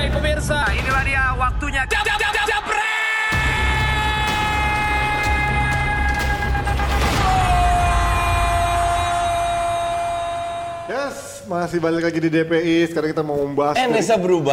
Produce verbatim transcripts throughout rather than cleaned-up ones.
pemirsa, inilah dia waktunya. Jab, jab, jab, jab, Yes, masih balik lagi di D P I. Sekarang kita mau membahas. Eh, Nesa berubah.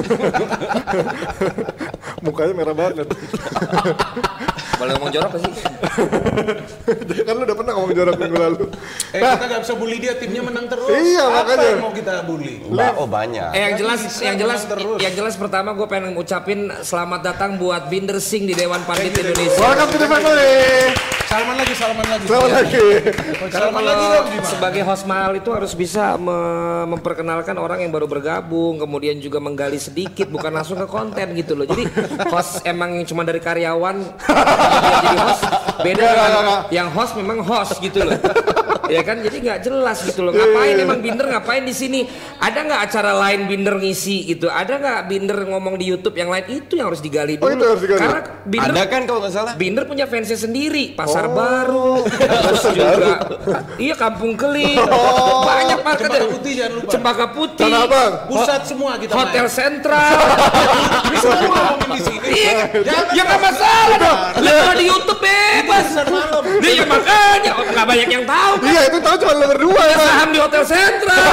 Mukanya merah banget. Boleh ngomong jorok gak sih? Kan lu udah pernah ngomong jorok minggu lalu. Eh nah. Kita gak bisa bully dia, timnya menang terus. Iya, apa makanya. yang mau kita bully? Ba oh banyak. Eh yang jelas, bisa, yang jelas, terus. yang jelas pertama gue pengen ngucapin selamat datang buat Binder Singh di Dewan Pandit Indonesia. Welcome to the family. Salaman lagi, salaman lagi. Selamat lagi. Salaman lagi dong. Sebagai host mahal itu harus bisa me memperkenalkan orang yang baru bergabung, kemudian juga menggali sedikit, bukan langsung ke konten gitu loh. Jadi host emang cuma dari karyawan, dia jadi host beda dengan yang host memang host gitu loh. Ya kan, jadi nggak jelas gitu loh. Ngapain emang Binder ngapain di sini? Ada nggak acara lain Binder ngisi gitu? Ada nggak Binder ngomong di YouTube yang lain? Itu yang harus digali dulu. Oh, itu harus digali. Karena Binder, ada kan kalau nggak salah. Binder punya fansnya sendiri, Pasar oh. Baru, terus juga iya Kampung Keling, oh. banyak market. Cempaka Putih jangan lupa. Cempaka Putih, Tanah Abang, pusat semua kita. Hotel main. Sentral. Bisa semua ngomongin di sini. Iya, ya nggak masalah dong. Lihat di YouTube bebas. Dia ya makanya nggak banyak yang tahu. Iya, itu tahu cuma lo berdua ya. Saham di Hotel Sentral.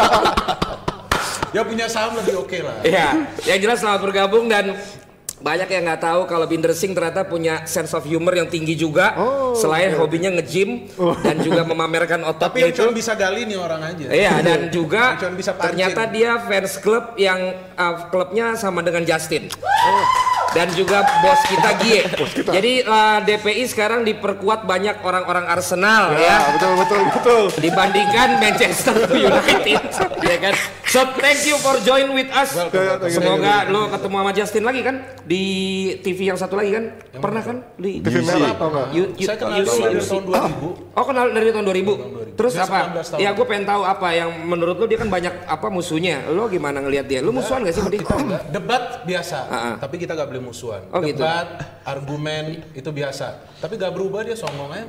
Ya punya saham lebih oke lah. Iya, yang jelas selamat bergabung dan banyak yang nggak tahu kalau Binder Singh ternyata punya sense of humor yang tinggi juga. Oh, selain okay. hobinya nge-gym oh. dan juga memamerkan ototnya. Tapi yang itu. cuma bisa gali nih orang aja. Iya, dan juga bisa ternyata dia fans klub yang uh, klubnya sama dengan Justin. Oh. Dan juga bos kita Gie. Bos kita. Jadi uh, D P I sekarang diperkuat banyak orang-orang Arsenal ya, ya. Betul betul betul. Dibandingkan Manchester United, ya kan. So thank you for join with us. Well, semoga lo ketemu sama Justin lagi kan di T V yang satu lagi kan? Yang Pernah kan di T V merah apa enggak? Saya kenal dia dari tahun dua ribu. Oh, kenal dari tahun dua ribu. Terus dia apa? Ya gue pengen tahu apa yang menurut lo dia kan banyak apa musuhnya. Lo gimana ngelihat dia? Lo musuhan gak sih sama dia? Debat biasa, uh-uh. tapi kita gak boleh musuhan. Oh, Debat, gitu? argumen itu biasa. Tapi gak berubah dia songong aja.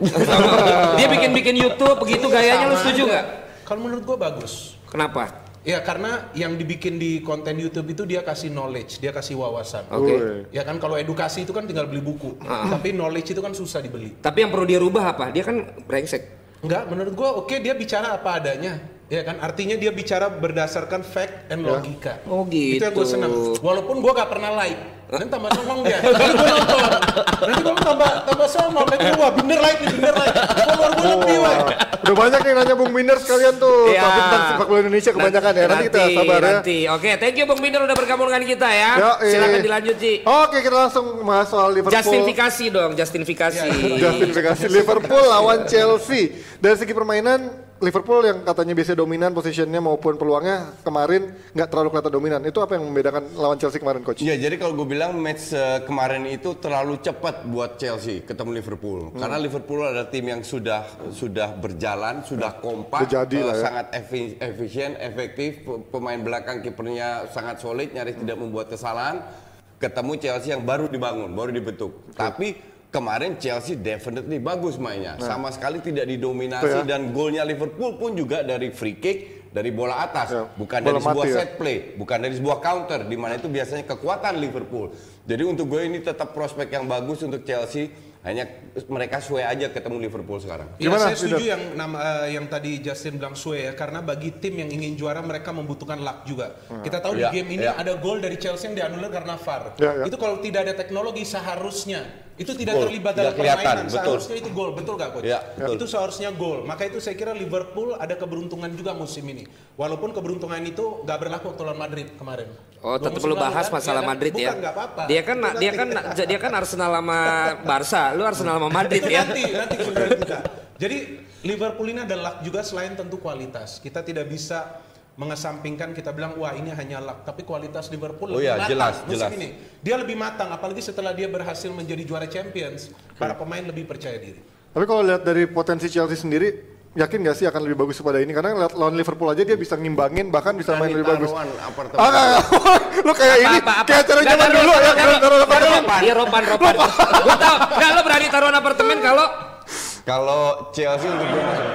Dia bikin-bikin YouTube begitu gayanya, lo setuju nggak? Kalau menurut gue bagus. Kenapa? Ya karena yang dibikin di konten YouTube itu dia kasih knowledge, dia kasih wawasan. Oke. Okay. Ya kan kalau edukasi itu kan tinggal beli buku, uh-huh. tapi knowledge itu kan susah dibeli. Tapi yang perlu dia rubah apa? Dia kan brengsek. Enggak, menurut gua oke okay, dia bicara apa adanya. Ya kan artinya dia bicara berdasarkan fact and logika. Oh gitu. Itu yang gue senang. Walaupun gua gak pernah like. Nanti tambah songong dia. Nanti gue nonton. Nanti gue tambah tambah songong. Nanti wah bener like nih, bener like. Follower gue lebih wah. Udah banyak yang nanya Bung Binder sekalian tuh. Ya. Tapi tentang sepak bola Indonesia kebanyakan ya. Nanti, nanti kita sabar ya. Nanti. Oke, thank you Bung Binder udah bergabung dengan kita ya. ya eh. Silakan dilanjut Ci. Oke, kita langsung bahas soal Liverpool. Justifikasi dong, justifikasi. Ya, justifikasi Liverpool lawan Chelsea. Dari segi permainan Liverpool yang katanya biasa dominan posisinya maupun peluangnya kemarin nggak terlalu kelihatan dominan. Itu apa yang membedakan lawan Chelsea kemarin, Coach? Iya, jadi kalau gue bilang match uh, kemarin itu terlalu cepat buat Chelsea ketemu Liverpool. Hmm. Karena Liverpool adalah tim yang sudah sudah berjalan, sudah kompak, uh, ya. sangat efi efisien, efektif. Pemain belakang kipernya sangat solid, nyaris hmm. tidak membuat kesalahan. Ketemu Chelsea yang baru dibangun, baru dibentuk. Okay. Tapi kemarin Chelsea definitely bagus mainnya, nah. sama sekali tidak didominasi ya. Dan golnya Liverpool pun juga dari free kick, dari bola atas, ya. bukan bola dari sebuah ya. set play, bukan dari sebuah counter, di mana itu biasanya kekuatan Liverpool. Jadi untuk gue ini tetap prospek yang bagus untuk Chelsea, hanya mereka suwe aja ketemu Liverpool sekarang. Ya, Gimana? Saya setuju yang nama uh, yang tadi Justin bilang suwe ya, karena bagi tim yang ingin juara mereka membutuhkan luck juga. Hmm. Kita tahu ya, di game ini ya. ada gol dari Chelsea yang dianulir karena V A R. Ya, ya. Itu kalau tidak ada teknologi seharusnya itu tidak gol. terlibat dalam permainan, betul. seharusnya itu gol, betul gak Coach? Ya, itu seharusnya gol. Maka itu saya kira Liverpool ada keberuntungan juga musim ini. Walaupun keberuntungan itu gak berlaku waktu lawan Madrid kemarin. Oh, tetap perlu bahas kan? masalah ya, Madrid ya. Bukan, gak apa-apa. Dia kan itu dia kan dia kan Arsenal sama Barca, lu Arsenal sama Madrid ya. Nanti nanti kita. Jadi Liverpool ini ada luck juga selain tentu kualitas. Kita tidak bisa mengesampingkan kita bilang wah ini hanya luck, tapi kualitas Liverpool oh lebih ya, matang jelas, musim jelas. ini. Dia lebih matang, apalagi setelah dia berhasil menjadi juara Champions, hmm. para pemain lebih percaya diri. Tapi kalau lihat dari potensi Chelsea sendiri, yakin nggak sih akan lebih bagus pada ini? Karena lihat lawan Liverpool aja dia bisa ngimbangin, bahkan bisa main lebih bagus. Ah, enggak, lu kayak ini, apa, apa, kayak acara zaman dulu ya, taruhan apartemen. Iya, ropan, ropan. Gue tau, nggak lo berani taruhan apartemen kalau kalau Chelsea untuk gue masuk empat besar.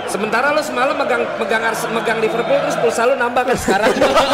Sementara lo semalam megang megang Ars, megang Liverpool terus pulsa lo nambah kan sekarang.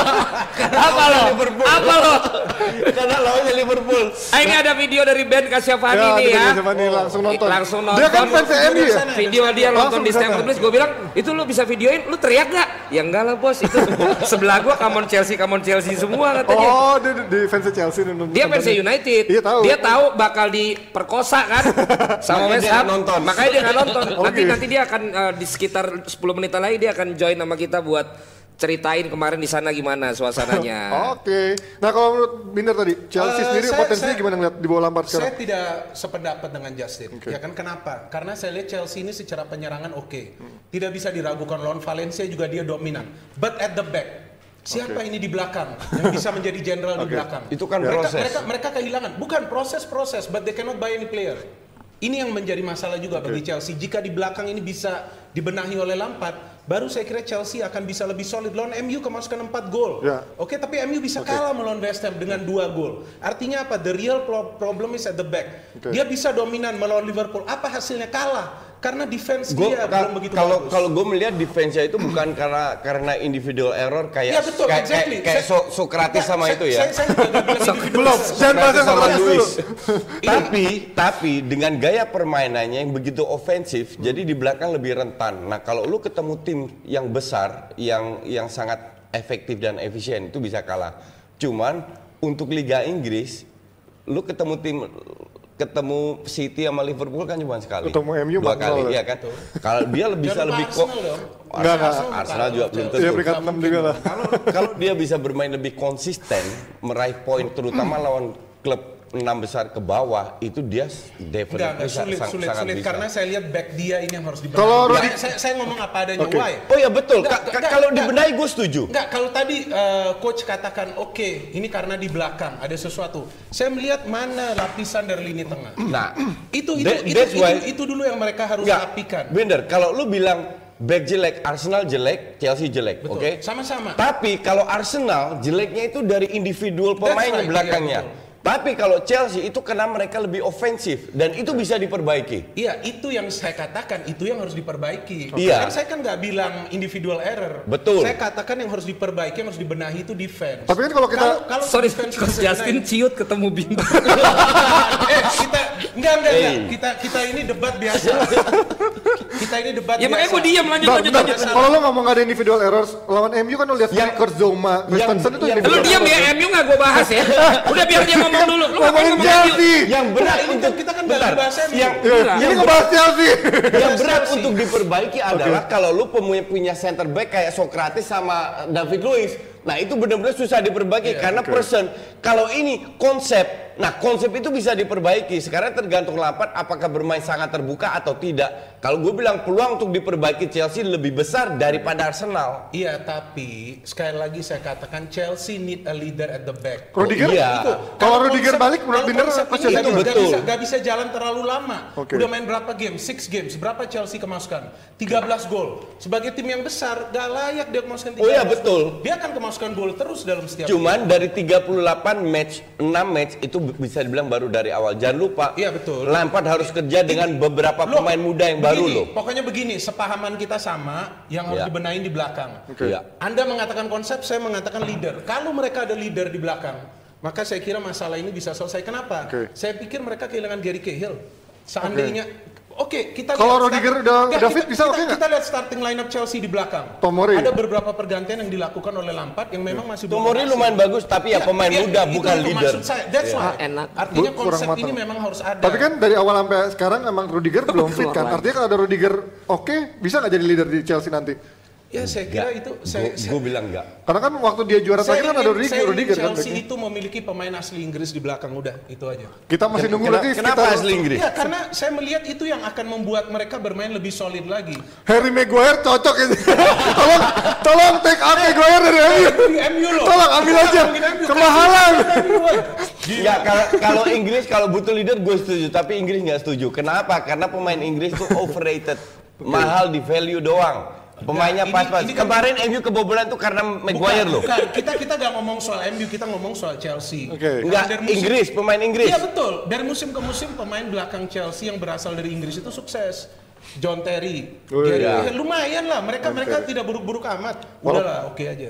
Apa lo? Liverpool. Apa lo? Karena lawannya Liverpool. Ah, ini ada video dari band Kasyafani ya, nih ya. Kasyafani langsung nonton. Langsung nonton. Dia kan fans M U ya? Video dia nonton di Stamford Bridge. Gue bilang, itu lu bisa videoin, lu teriak gak? Ya enggak lah bos, itu sebelah gua come on Chelsea, come on Chelsea semua katanya. Oh, dia di fans Chelsea. Dia fans United. Iya, tahu. Dia tahu bakal diperkosa kan sama West Ham. Makanya dia nggak nonton. Nanti okay. nanti dia akan uh, di sekitar sepuluh menitan lagi dia akan join sama kita buat ceritain kemarin di sana gimana suasananya. Oke. Okay. Nah kalau menurut Binder tadi, Chelsea uh, sendiri saya, potensinya saya, gimana ngeliat di bawah Lampard sekarang? Saya tidak sependapat dengan Justin. Okay. Ya kan kenapa? Karena saya lihat Chelsea ini secara penyerangan oke. Okay. Hmm. Tidak bisa diragukan, lawan Valencia juga dia dominan. But at the back, siapa okay. ini di belakang yang bisa menjadi jenderal okay. di belakang? Itu kan mereka, proses. Mereka, mereka kehilangan. Bukan proses-proses, but they cannot buy any player. Ini yang menjadi masalah juga okay. bagi Chelsea. Jika di belakang ini bisa dibenahi oleh Lampard, baru saya kira Chelsea akan bisa lebih solid. Lawan M U kemasukan empat gol. Yeah. Oke, okay, tapi M U bisa okay. kalah melawan West Ham dengan dua gol. Artinya apa? The real problem is at the back. Okay. Dia bisa dominan melawan Liverpool. Apa hasilnya? Kalah. Karena defense gua, dia ka, belum begitu kalau, bagus. Kalau gue melihat defense-nya itu bukan karena karena individual error kayak ya, betul, kayak, exactly. kayak so, Sokrates ya, sama saya, itu ya. Saya, saya juga bilang belum. Jangan bahas sama Luis. Tapi tapi dengan gaya permainannya yang begitu ofensif, hmm. jadi di belakang lebih rentan. Nah kalau lu ketemu tim yang besar, yang yang sangat efektif dan efisien itu bisa kalah. Cuman untuk Liga Inggris, lu ketemu tim ketemu City sama Liverpool kan cuma sekali. Ketemu M U dua kali, iya kan. Kalau dia bisa lebih kok. Enggak, enggak. Arsenal juga belum tentu. Dia peringkat enam juga lah. Kalau kalau dia bisa bermain lebih konsisten, meraih poin terutama lawan klub enam besar ke bawah, itu dia definitely sulit, sang, sulit, sangat sulit. bisa. Karena saya lihat back dia ini yang harus dibenahi. Kalau ya, saya, saya ngomong apa adanya, okay. why? Oh ya betul. Enggak, Ka kalau dibenahi gue setuju. Enggak, kalau tadi uh, coach katakan oke, okay, ini karena di belakang ada sesuatu. Saya melihat mana lapisan dari lini tengah. Nah, itu itu that, itu, itu, why, itu itu dulu yang mereka harus enggak, rapikan. Bener, kalau lu bilang back jelek, Arsenal jelek, Chelsea jelek, oke? Okay? Sama-sama. Tapi kalau Arsenal jeleknya itu dari individual pemainnya right, belakangnya. Iya, tapi kalau Chelsea itu karena mereka lebih ofensif dan itu bisa diperbaiki. Iya, itu yang saya katakan, itu yang harus diperbaiki. Iya. Kan saya kan nggak bilang individual error. Betul. Saya katakan yang harus diperbaiki, yang harus dibenahi itu defense. Tapi kan kalau kita kalau, kalau sorry, Coach Justin ciut ketemu bintang. eh, kita enggak enggak hey. enggak. Kita kita ini debat biasa. Kita ini debat ya, biasa. Ya makanya gue diam lanjut nah, lanjut nah, lanjut. Kalau lo ngomong ada individual errors lawan M U kan lo lihat ya, Kurt Zouma, Christensen itu Lu individual. diam ya, M U nggak gue bahas ya. Udah biar dia ngomong dulu. Lu ngomongin Chelsea. Yang berat nah, untuk kita kan dalam bahasa M U. Yang, yang, ini ngebahas Chelsea. Yang berat untuk diperbaiki adalah okay. kalau lu punya punya center back kayak Sokrates sama David Luiz. Nah itu benar-benar susah diperbaiki yeah, karena okay. person. Kalau ini konsep, nah konsep itu bisa diperbaiki. Sekarang tergantung Lampard apakah bermain sangat terbuka atau tidak. Kalau gue bilang peluang untuk diperbaiki Chelsea lebih besar daripada Arsenal. Iya, tapi sekali lagi saya katakan Chelsea need a leader at the back. Rudiger? Oh, iya. Kalau Rudiger balik menurut Binder pasti itu betul. Bisa, gak bisa jalan terlalu lama. Okay. Udah main berapa game? six games. Berapa Chelsea kemasukan? tiga belas gol. Sebagai tim yang besar, gak layak dia kemasukan tiga belas. Oh iya betul. Dia akan kemasukan gol terus dalam setiap Cuman game. dari tiga puluh delapan match, enam match itu bisa dibilang baru dari awal. Jangan lupa, iya, betul. Lampard harus kerja dengan beberapa loh, pemain muda yang begini, baru loh. Pokoknya begini, sepahaman kita sama, yang harus ya. dibenahin di belakang. Okay. Ya. Anda mengatakan konsep, saya mengatakan leader. Kalau mereka ada leader di belakang, maka saya kira masalah ini bisa selesai. Kenapa? Okay. Saya pikir mereka kehilangan Gary Cahill. Seandainya okay. Oke, okay, kita kalau Rudiger udah David bisa oke nggak? Kita lihat starting lineup Chelsea di belakang. Tomori. Ada beberapa pergantian yang dilakukan oleh Lampard yang memang masih Tomori lumayan bagus, tapi ya, ya pemain ya, muda itu, bukan itu leader. Maksud saya, that's ya. why. Enak. Artinya Bu, konsep ini memang harus ada. Tapi kan dari awal sampai sekarang emang Rudiger belum fit kan. Artinya kalau ada Rudiger oke, okay, bisa nggak jadi leader di Chelsea nanti? Ya saya kira enggak. itu saya, Gue bilang enggak. Karena kan waktu dia juara terakhir kan ada Rudiger, Rudiger kan. Chelsea itu memiliki pemain asli Inggris di belakang, udah itu aja. Kita masih nunggu Ken lagi. Kenapa kita... asli Inggris? Ya karena saya melihat itu yang akan membuat mereka bermain lebih solid lagi. Harry Maguire cocok ini. tolong, tolong take up Maguire dari M U. Tolong ambil aja. Kemahalan. Ya kalau kalau Inggris kalau butuh leader gue setuju, tapi Inggris nggak setuju. Kenapa? Karena pemain Inggris tuh overrated, mahal di value doang. Pemainnya pas-pas. Kan kemarin M U kebobolan tuh karena Maguire loh. Bukan, kita kita gak ngomong soal M U, kita ngomong soal Chelsea. Okay. Enggak, Inggris, pemain Inggris. Iya betul. Dari musim ke musim pemain belakang Chelsea yang berasal dari Inggris itu sukses. John Terry, oh, Gary, iya. ya, lumayan lah. Mereka John mereka Terry. Tidak buruk-buruk amat. Udahlah, oke okay aja.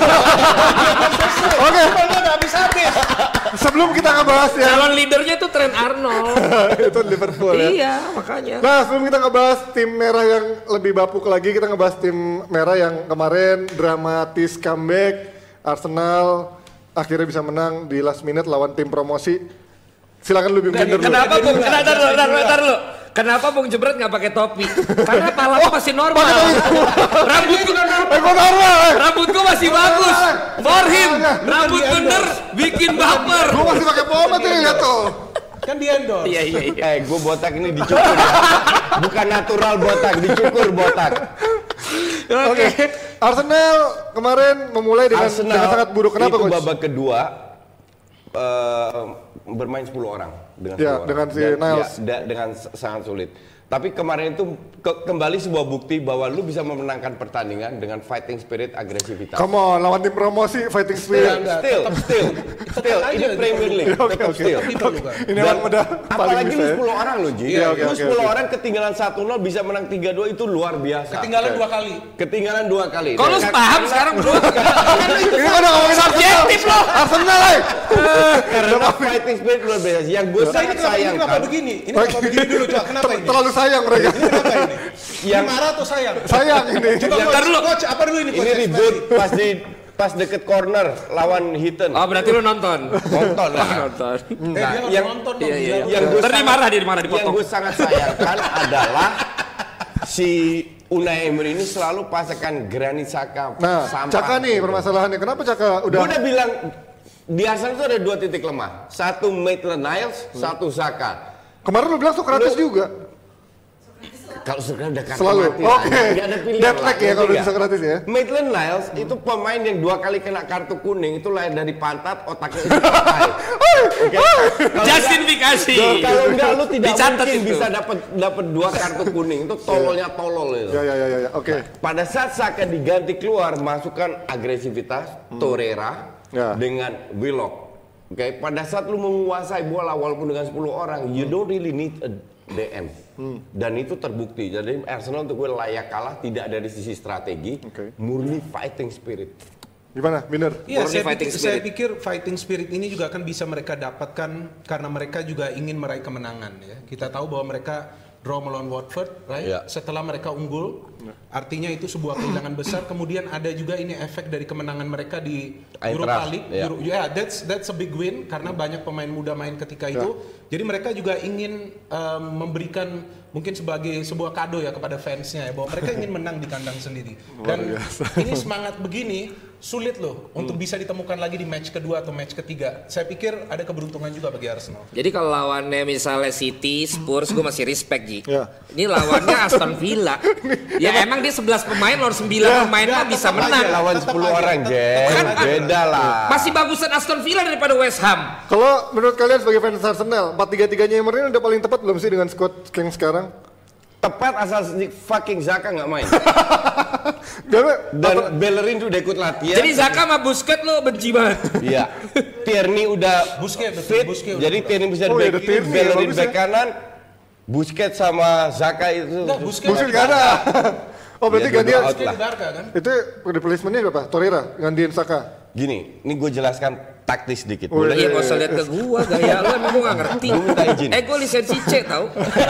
Oke. Nggak habis-habis. Sebelum kita ngebahas ya. Calon leadernya itu Trent Arnold. Itu Liverpool ya. Iya, makanya. Nah, sebelum kita ngebahas tim merah yang lebih bapuk lagi, kita ngebahas tim merah yang kemarin dramatis comeback. Arsenal akhirnya bisa menang di last minute lawan tim promosi. Silakan lu Bung Jender. Kenapa Bung? Kenapa dulu, bentar dulu. Kenapa Bung Jebret nggak pakai topi? Karena palaku masih normal. Rambutku normal. Rambutku masih bagus. For him, rambut bener, bikin baper. Gua masih pakai pomade tuh ya tuh. Kan di endorse. Iya iya iya. Eh, gue botak ini dicukur ya. Bukan natural botak, dicukur botak. Oke. Okay. Arsenal kemarin memulai dengan, Arsenal dengan sangat buruk. Kenapa itu Coach? babak kedua uh, bermain sepuluh orang dengan ya, sepuluh dengan orang. si Niles. Ya, da, dengan sangat sulit. Tapi kemarin itu ke, kembali sebuah bukti bahwa lu bisa memenangkan pertandingan dengan fighting spirit, agresivitas. Come on, lawan tim promosi fighting spirit. Still, still, still, still. Ini Premier League, tetap still. Ini emang udah apalagi lu sepuluh orang lo, Ji. Yeah, okay, lu okay, sepuluh okay. orang ketinggalan satu nol bisa menang tiga dua itu luar biasa. Ketinggalan dua kali. Ketinggalan dua kali. Kalau paham sekarang bro. Ini kan udah ngomongin subjektif loh. Arsenal lah. Karena fighting spirit luar biasa. Yang gue sangat sayangkan. Ini kenapa begini? Ini kenapa begini dulu, Cok? Kenapa ini? Terlalu sayang mereka. Kenapa ini? Yang marah atau sayang? Sayang ini. Coba Ya, coach, dulu. coach, apa dulu ini coach? Ini ribut pas di pas deket corner lawan Heaton. Oh berarti lu nonton? Nonton lah. Nonton. Eh, dia harus yang nonton dong. Iya iya. Yang gue Tadi sangat- marah dia marah Yang dipotong. gue sangat sayangkan adalah si Unai Emery ini selalu pasakan Granit Xhaka. Nah, sampah. Caka nih permasalahannya. Kenapa Caka udah? Gue udah bilang di Arsenal itu ada dua titik lemah. Satu Maitland-Niles, satu Xhaka. Kemarin lu bilang Sokrates juga. Kalau sekarang udah kartu Selalu. mati, Oke. nggak ada pilihan Deadlock lah, ya kalau ngerti udah nggak? Sokrates ya. Maitland-Niles itu pemain yang dua kali kena kartu kuning itu lahir dari pantat, otaknya itu patah. Oke. Kalau Justifikasi. enggak- Kalau enggak lu tidak Dicatat mungkin itu. bisa dapat dapat dua kartu kuning. Itu tololnya tolol itu. Ya ya ya ya. ya. Oke. Pada saat Saka diganti keluar, masukkan agresivitas Torreira Ya. dengan Willock. Oke, pada saat lu menguasai bola walaupun dengan sepuluh orang, you don't really need a D M. Hmm. Dan itu terbukti. Jadi Arsenal untuk gue layak kalah tidak dari sisi strategi, Okay. murni fighting spirit. Gimana? Bener. Iya, Murni saya, fighting pikir, saya spirit. pikir fighting spirit ini juga akan bisa mereka dapatkan karena mereka juga ingin meraih kemenangan. Ya. Kita tahu bahwa mereka draw melawan Watford, right? Ya. Setelah mereka unggul, artinya itu sebuah kehilangan besar. Kemudian ada juga ini efek dari kemenangan mereka di Eintracht, Europa League. ya. Euro- yeah, that's that's a big win karena banyak pemain muda main ketika itu. Jadi mereka juga ingin um, memberikan mungkin sebagai sebuah kado ya kepada fansnya ya bahwa mereka ingin menang di kandang sendiri. Dan ini semangat begini sulit loh untuk bisa ditemukan lagi di match kedua atau match ketiga. Saya pikir ada keberuntungan juga bagi Arsenal. Jadi kalau lawannya misalnya City, Spurs, gue masih respect Ji. Ya. Ini lawannya Aston Villa. Ya emang dia sebelas pemain lawan sembilan pemain mah bisa menang. Lawan tetap sepuluh aja, orang, tetap- Jen. tetap aja. Beda lah. Masih bagusan Aston Villa daripada West Ham. Kalau menurut kalian sebagai fans Arsenal, empat tiga tiganya Emery udah paling tepat belum sih dengan squad yang sekarang? Tepat asal si fucking Zaka nggak main. Dan, Dan Bellerin udah ikut latihan. Jadi Zaka sama Busquets lo benci banget. Iya. Tierney udah Busquets, betul, fit. Busquets udah Jadi betul. Tierney bisa di Oh, iya, back ada kiri, Tierney, Bellerin bagus back ya. kanan. Busquets sama Zaka itu. Enggak, Busquets Busquets gak ada. Oh berarti Iya, gantian. dua out Busquets lah. di Barca kan? Itu replacementnya berapa? Torreira gantiin Saka. Gini, ini gue jelaskan taktis dikit. Oh, Boleh? Iya gak usah lihat ke gua, gaya lo emang gua gak ngerti. Gua minta izin. Eh gua lisensi C tau.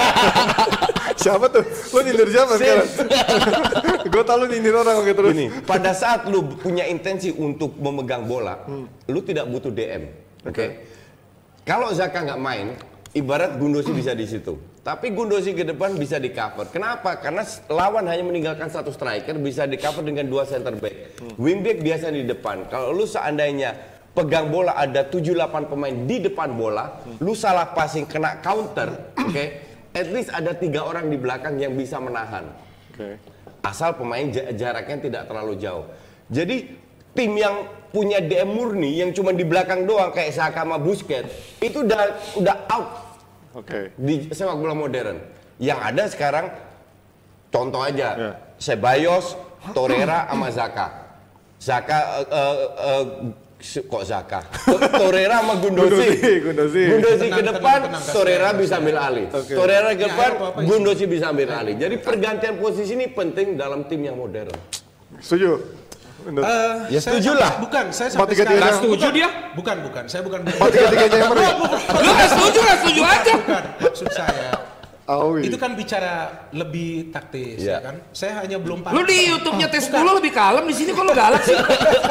Siapa tuh? Lu nyindir siapa sekarang? Gue tau lu nyindir orang gitu terus. Gini, pada saat lu punya intensi untuk memegang bola, lu tidak butuh D M. Oke. Kalau Zaka nggak main, ibarat Gundosi bisa di situ. Tapi Gundosi ke depan bisa di cover. Kenapa? Karena lawan hanya meninggalkan satu striker, bisa di cover dengan dua center back. Wingback biasa di depan. Kalau lu seandainya pegang bola ada tujuh delapan pemain di depan bola, lu salah passing kena counter, oke? At least ada tiga orang di belakang yang bisa menahan. Oke. Asal pemain ja- jaraknya tidak terlalu jauh. Jadi tim yang punya D M murni yang cuma di belakang doang kayak Saka sama Busquets itu udah udah out Oke. di sepak bola modern. Yang ada sekarang contoh aja, Ya. Ceballos, Torreira sama Zaka. Zaka uh, uh, uh, kok Zaka. Torreira sama Gundosi. Gundosi. Gundosi ke depan, Torreira bisa ambil alih. Okay. Torreira ke depan, Gundosi bisa ambil alih. Jadi pergantian posisi ini penting dalam tim yang modern. Setuju? Uh, ya setuju lah. Bukan, saya sampai sekarang. Gak setuju dia? Bukan, bukan. Saya bukan. Tiga-tiganya yang mana? Lu gak setuju, gak setuju aja. Bukan, maksud saya. Oh, itu kan bicara lebih taktis, yeah. ya kan? Saya hanya belum paham. Lu di YouTube-nya tes sepuluh lebih kalem, di sini kok lu galak sih?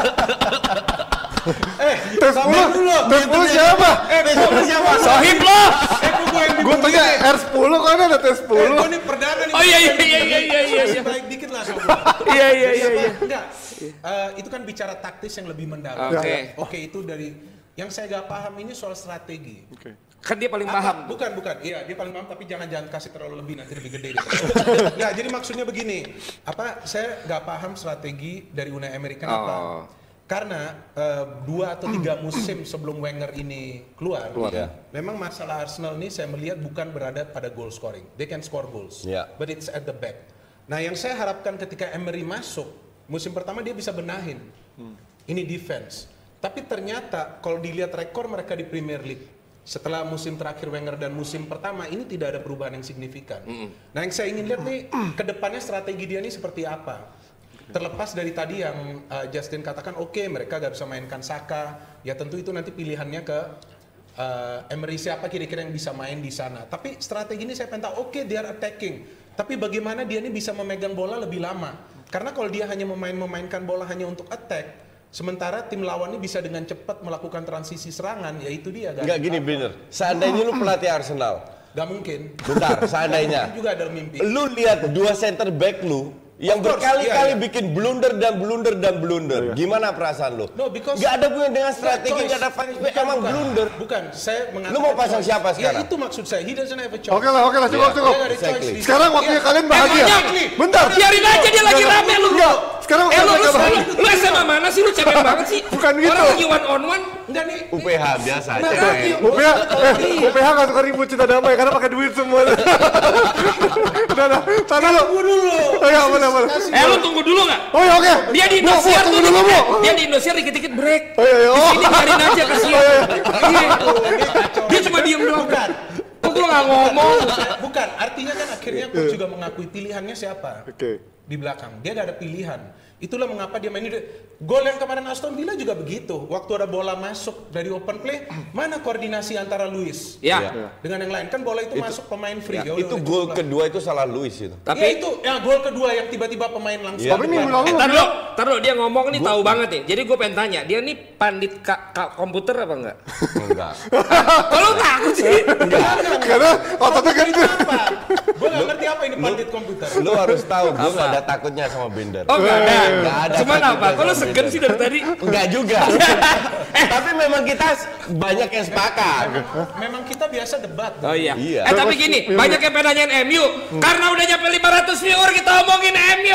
eh, tes sepuluh dulu. Tes sepuluh siapa? Eh, tes sepuluh siapa? Sohib lo. Eh, gue yang gue tanya R sepuluh kan ada tes sepuluh. Eh, gue nih perdana nih. Oh iya iya iya iya iya iya. Baik dikit lah sama. Iya iya iya iya. Enggak. Uh, itu kan bicara taktis yang lebih mendalam. Oke. Okay. Oke, okay, itu dari yang saya gak paham ini soal strategi. Oke. Okay. Kan dia paling Apa? paham. Bukan, bukan. Iya, dia paling paham tapi jangan jangan kasih terlalu lebih nanti lebih gede. Ya, jadi maksudnya begini. Apa saya gak paham strategi dari Unai Emery kenapa? Oh. Karena uh, dua atau tiga musim sebelum Wenger ini keluar, keluar ya. Memang masalah Arsenal ini saya melihat bukan berada pada goal scoring. They can score goals, yeah. but it's at the back. Nah, yang saya harapkan ketika Emery masuk musim pertama dia bisa benahin. Hmm. Ini defense. Tapi ternyata kalau dilihat rekor mereka di Premier League setelah musim terakhir Wenger dan musim pertama ini tidak ada perubahan yang signifikan. Mm-hmm. Nah, yang saya ingin lihat nih ke depannya strategi dia ini seperti apa. Terlepas dari tadi yang uh, Justin katakan, oke okay, mereka gak bisa mainkan Saka, ya tentu itu nanti pilihannya ke uh, Emery siapa kira-kira yang bisa main di sana. Tapi strategi ini saya pengen tahu, oke okay, they are attacking, tapi bagaimana dia ini bisa memegang bola lebih lama. Karena kalau dia hanya memain-memainkan bola hanya untuk attack, sementara tim lawan ini bisa dengan cepat melakukan transisi serangan, ya itu dia. Enggak gini bener, seandainya lu pelatih Arsenal. Gak mungkin. Bentar, seandainya. juga ada mimpi. Lu lihat dua center back lu yang berkali-kali iya, iya. bikin blunder dan blunder dan blunder. Iya. Gimana perasaan lu? No, because gak ada punya dengan strategi, gak ada fans, emang bukan, blunder. Bukan, saya mengatakan. Lu mau pasang siapa sekarang? Ya itu maksud saya, he doesn't have a choice. Oke lah, oke lah, cukup, yeah. cukup. Yeah, exactly. Sekarang waktunya yeah. kalian bahagia. Eh, bentar. Biarin aja dia lagi rame lu. Enggak. Sekarang eh, lu, lu, lu S M A mana sih? Lu cewek banget sih. Bukan gitu. Orang lagi one on one. Enggak nih. U P H biasa aja. U P H, eh, U P H gak suka ribut cinta damai karena pakai duit semua. Udah, udah. Tahan dulu. Oh ya, mana, mana. Eh, lu tunggu dulu nggak? Oh ya, oke. Dia di Indosiar tuh dulu, dia di Indosiar dikit-dikit break. Oh iya, iya. Di sini biarin aja kasihan. Dia cuma diem doang. Bukan. Kok gua nggak ngomong? Bukan. Artinya kan akhirnya coach juga mengakui pilihannya siapa. Oke. Di belakang. Dia gak ada pilihan. Itulah mengapa dia main ini. Gol yang kemarin Aston Villa juga begitu. Waktu ada bola masuk dari open play, mana koordinasi antara Luis ya. ya. dengan yang lain? Kan bola itu, itu masuk pemain free. Ya, itu gol kedua itu salah Luis itu. Tapi ya itu ya gol kedua yang tiba-tiba pemain langsung. Ya. Tapi minggu lalu. Eh, taruh, taruh dia ngomong nih tahu banget nih. Jadi gue pengen tanya, dia nih pandit ka, ka, komputer apa enggak? Enggak. Kalau takut sih? Enggak. Karena otaknya kan itu. Gue nggak ngerti apa ini pandit komputer. Lu harus tahu, gue nggak ada takutnya sama Bender. Oh nggak ada. Nggak ada. Cuman apa? Kalau segan sih dari tadi? Enggak juga. eh tapi memang kita banyak yang sepakat. Memang kita biasa debat. Oh iya. iya. Eh tapi gini, banyak yang pengen nanyain M U. Hmm. Karena udah nyampe lima ratus viewer kita omongin M U.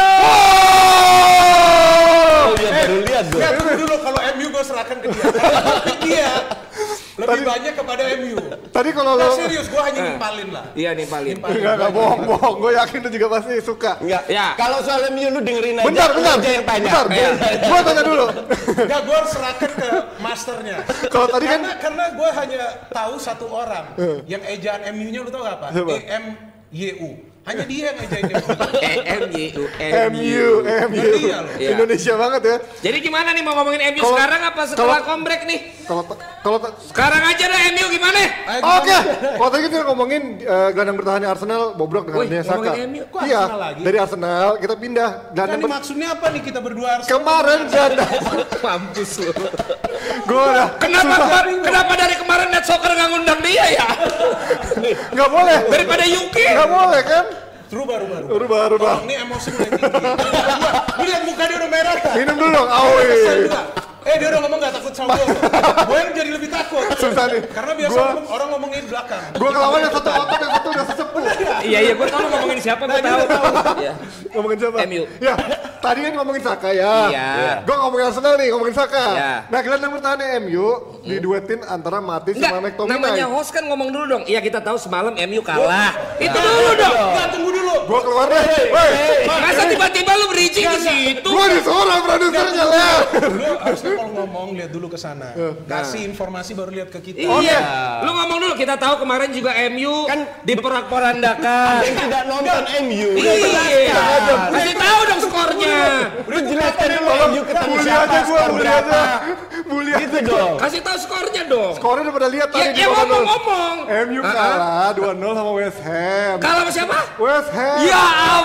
Oh, iya baru lihat gue. Lihat dulu kalau M U gue serahkan ke dia. Tapi dia lebih tadi, banyak kepada M U. Tadi kalau nah, lo serius gue hanya nimpalin lah. Iya nimpalin. nimpalin. Enggak, enggak bohong-bohong. Gue yakin lu juga pasti suka. Enggak. Ya. Kalau soal M U lu dengerin aja. Bentar, bentar. Aja yang tanya. Bentar. Ya. Gue tanya dulu. Enggak, gue harus serahkan ke masternya. Kalau tadi kan karena, karena gue hanya tahu satu orang yang ejaan M U-nya lu tau gak apa? E M Y U. Hanya dia yang ejain dia. E M Y U. M U. M U. Indonesia banget ya. Jadi gimana nih mau ngomongin M U kalo, sekarang apa setelah kombrek nih? Kalau kalau sekarang aja deh M U gimana? Oke. Okay. Kalau tadi kita ngomongin uh, gelandang bertahannya Arsenal bobrok dengan Nia Saka. Iya. Dari Arsenal kita pindah. Dan ber... maksudnya apa nih kita berdua Arsenal? Kemarin janda. Mampus lu. Gue udah. Kenapa kemarin, kenapa dari kemarin Net Soccer nggak ngundang dia ya? Nggak boleh. Daripada Yuki. Nggak boleh kan? Rubah, rubah, rubah. Rubah, rubah. Oh, ini emosi mulai tinggi. Lu lihat muka dia udah merah. Minum dulu, awi. Eh dia udah ngomong gak takut sama gue. Gue yang jadi lebih takut. Susah nih. Karena biasa gua, ngomong, orang ngomongin di belakang. Gue kelawan yang satu otot, yang satu udah sesepuh. Iya, iya, gue tau lu ngomongin siapa, gue tau. Iya. Ngomongin siapa? M U. Ya, tadi kan ngomongin Saka ya. Iya. Gue ngomongin Arsenal nih, ngomongin Saka. Iya. Nah, gelandang bertahannya M U diduetin antara Matip sama McTominay. Namanya host kan ngomong dulu dong. Iya kita tahu semalam M U kalah. Itu dulu dong. Enggak, tunggu dulu. Gua keluar deh. Woi. Masa tiba-tiba lu bridging ke situ? Gua disuruh produsernya lihat. Lu harusnya kalau ngomong lihat dulu ke sana. Kasih informasi baru lihat ke kita. Iya. Lu ngomong dulu, kita tahu kemarin juga M U kan diporak-porandakan. Yang tidak nonton M U. Iya. Kasih tahu dong skornya. Lu jelaskan dulu M U ketemu Bully siapa, aja gua, skor bully berapa. aja. Bully Gitu dong. Kasih tahu skornya dong. Skornya udah pada lihat tadi. Ya, ya ngomong-ngomong. M U kalah dua nol sama West Ham. Kalah sama siapa? West Ham. Ya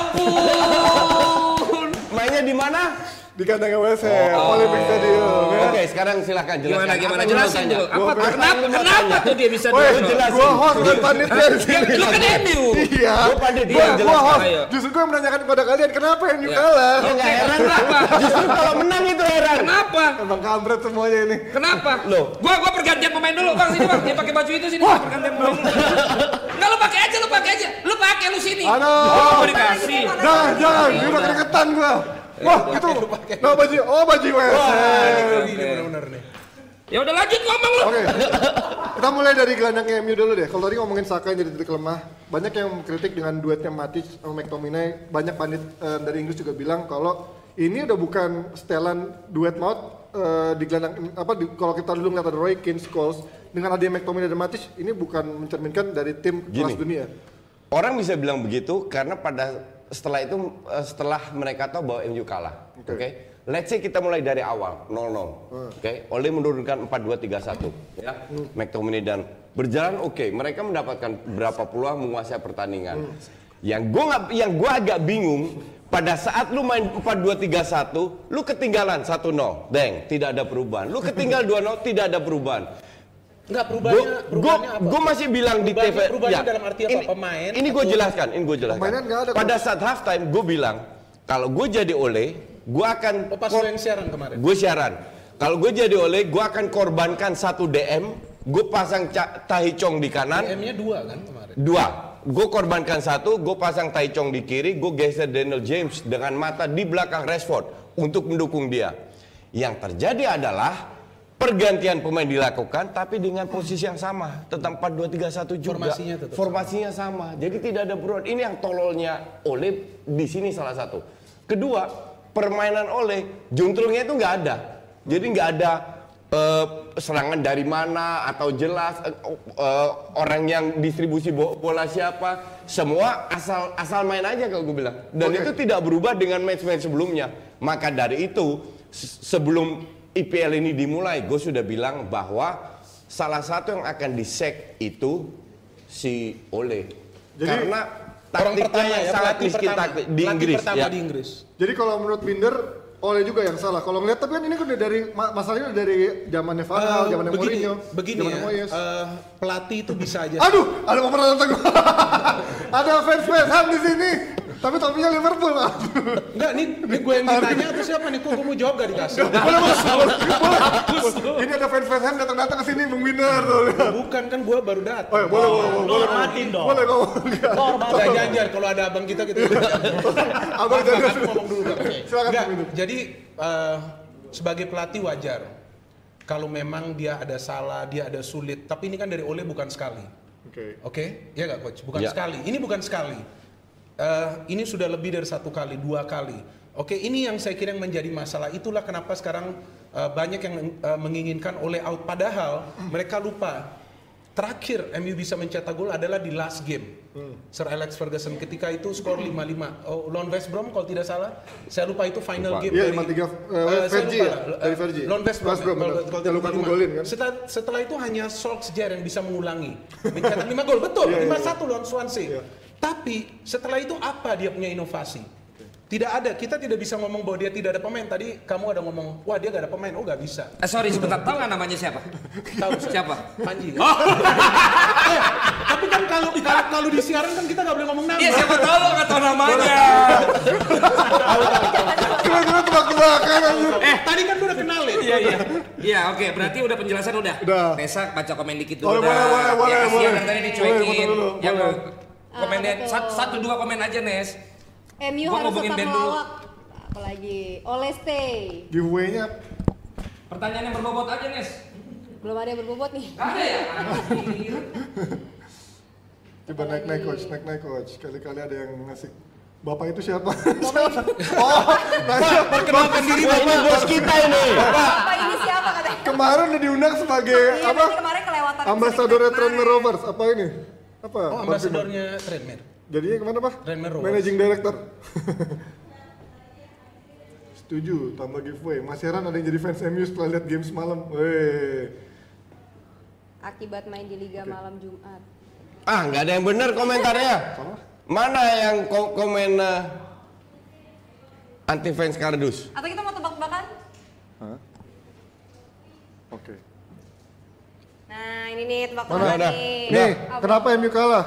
ampun. Mainnya di mana? Di kandangnya West Ham, Olympic Stadium. ya. Oke, sekarang silakan jelaskan. Gimana gimana Apa yang jelasin lu dulu. tanya? Apa kenapa kenapa tuh dia bisa Woi, dua nol? gua host bukan panitia di sini. Lu kan M U. Iya. Gua panitia, Gua gua jelaskan. host. Ayo. Justru gua menanyakan kepada kalian kenapa M U Ya. kalah. Ya nggak heran lah. Justru kalau menang itu heran. Kenapa? Emang kampret semuanya ini. Kenapa? Loh. Gua gua pergantian pemain dulu, Bang. Sini, Bang. Dia pakai baju itu sini, Bang. Pergantian pemain dulu. Enggak, lu pakai aja, lu pakai aja. Lu pakai lu sini. Aduh. Oh, mau dikasih. Jangan, jangan, dia udah keringetan gua. Wah, itu. Nah, baju, oh baju West Ham. Ini benar-benar nih. Ya udah lanjut ngomong lu. Oke, kita mulai dari gelandangnya M U dulu deh. Kalau tadi ngomongin Saka yang jadi titik lemah, banyak yang mengkritik dengan duetnya Matic sama McTominay. Banyak pandit uh, dari Inggris juga bilang kalau ini udah bukan setelan duet maut uh, di gelandang apa di, kalau kita dulu ngeliat ada Roy Keane, Scholes dengan adanya McTominay dan Matic, ini bukan mencerminkan dari tim kelas dunia. Orang bisa bilang begitu karena pada setelah itu uh, setelah mereka tahu bahwa M U kalah. Oke. Okay. Okay? Let's say kita mulai dari awal nol nol. Hmm. Oke. Okay? Oleh menurunkan empat dua tiga satu ya. Hmm. McTominay dan berjalan oke. Okay. Mereka mendapatkan berapa peluang menguasai pertandingan. Hmm. Yang gua nggak yang gua agak bingung pada saat lu main empat dua tiga satu, lu ketinggalan satu nol. Deng, tidak ada perubahan. Lu ketinggal dua nol, tidak ada perubahan. Enggak, perubahannya, perubahannya apa? Gue masih bilang di T V. Perubahannya ya, dalam arti apa? Ini, pemain? Ini gue jelaskan, ini gue jelaskan. Ada, pada saat halftime gue bilang kalau gue jadi Ole, gue akan. Oh, pas lu yang siaran kemarin. Gue siaran. Kalau gue jadi Ole, gue akan korbankan satu D M. Gue pasang Tahi Chong di kanan. D M-nya dua kan kemarin? Dua. Gue korbankan satu, gue pasang Tahi Chong di kiri, gue geser Daniel James dengan mata di belakang Rashford untuk mendukung dia. Yang terjadi adalah pergantian pemain dilakukan tapi dengan posisi yang sama, tetap empat dua tiga satu juga. Formasinya tetap Formasinya sama. Jadi tidak ada perubahan. Ini yang tololnya Ole di sini salah satu. Kedua, permainan Ole juntrungnya itu nggak ada. Jadi nggak ada uh, serangan dari mana atau jelas uh, uh, orang yang distribusi bola siapa. Semua asal asal main aja kalau gue bilang. Dan okay. itu tidak berubah dengan match-match sebelumnya. Maka dari itu sebelum I P L ini dimulai, gue sudah bilang bahwa salah satu yang akan di-sack itu si Ole. Jadi, karena taktiknya yang ya, sangat miskin taktik di Inggris. Ya. di Inggris. Jadi kalau menurut Binder, Ole juga yang salah. Kalau ngeliat tapi kan ini kan udah dari masalahnya udah dari zamannya Van Gaal, zamannya uh, Mourinho, begini ya, Moyes. Uh, pelatih itu bisa aja. Aduh, ada pemeran nonton gue. Ada fans West Ham di sini. Tapi topinya Liverpool, Pak. Enggak, nih, nih gue yang ditanya atau siapa nih? Kok gue mau jawab gak dikasih? Boleh, boleh, boleh. Ini ada fans West Ham datang-datang ke sini Bung Winner tuh. Bukan, kan gue baru datang. Oh, ya, boleh, boleh, boleh. Lo hormatin dong. Boleh ngomong. Gak janjian kalau ada abang kita kita. Abang jangan ngomong dulu kan. Silakan. Jadi uh, sebagai pelatih wajar kalau memang dia ada salah, dia ada sulit. Tapi ini kan dari Ole bukan sekali. Oke. Okay. Oke, okay? Ya nggak coach? Bukan ya. sekali. Ini bukan sekali. Uh, ini sudah lebih dari satu kali, dua kali. Oke, ini yang saya kira yang menjadi masalah. Itulah kenapa sekarang uh, banyak yang uh, menginginkan Ole out. Padahal mereka lupa terakhir M U bisa mencetak gol adalah di last game. Hmm. Sir Alex Ferguson ketika itu skor lima lima. Oh, lawan West Brom kalau tidak salah. Saya lupa itu final lupa. game iya, dari lima tiga uh, Fergie ya? Dari Fergie. Lawan West Brom. Kalau lupa golin kan. Setelah, setelah itu hanya Solskjaer yang bisa mengulangi. Mencetak lima gol. Betul, lima satu lawan Swansea. Yeah. Tapi setelah itu apa dia punya inovasi? Tidak ada, kita tidak bisa ngomong bahwa dia tidak ada pemain. Tadi kamu ada ngomong, wah dia gak ada pemain, oh gak bisa. Eh sorry sebentar, tahu nggak namanya siapa? Tahu siapa? Panji. Kan? Oh. eh, tapi kan kalau kalau kalau di siaran kan kita gak boleh ngomong nama. Iya siapa tahu lo nggak tahu namanya. Cuma-cuma tebak-tebakan. Eh tadi kan gue udah kenalin. Iya iya. Iya oke, berarti udah penjelasan udah. Udah. Nesa baca komen dikit dulu. Boleh, udah. boleh, boleh, ya, boleh. Yang tadi dicuekin. Yang komennya uh, satu, satu dua komen aja Nes. M U harus tetap melawak. Apalagi Ole stay. Giveaway-nya pertanyaan yang berbobot aja Nes. Belum ada yang berbobot nih. Ada ya? Coba naik-naik coach, naik-naik coach. Kali-kali ada yang ngasih. Bapak itu siapa? Bapak oh, nanya. Perkenalkan diri Bapak bos kita ini. Bapak ini siapa katanya? Kemarin udah diundang sebagai iya, apa? Kemarin kelewatan. Ambasadornya Tranmere Rovers. Apa ini? Apa? Oh, ambasadornya Tranmere. Jadinya kemana Pak? Tranmere Rovers. Managing Director. Setuju, tambah giveaway. Mas Heran ada yang jadi fans M U setelah lihat game semalam. Weh. Akibat main di Liga okay. Malam Jumat. Ah, nggak ada yang benar komentarnya. Salah? Mana yang ko komen uh, anti fans kardus? Atau kita mau tebak-tebakan? Hah? Oke. Okay. Nah, ini nih tebak-tebakan nih. Nih, oh, kenapa M U kalah?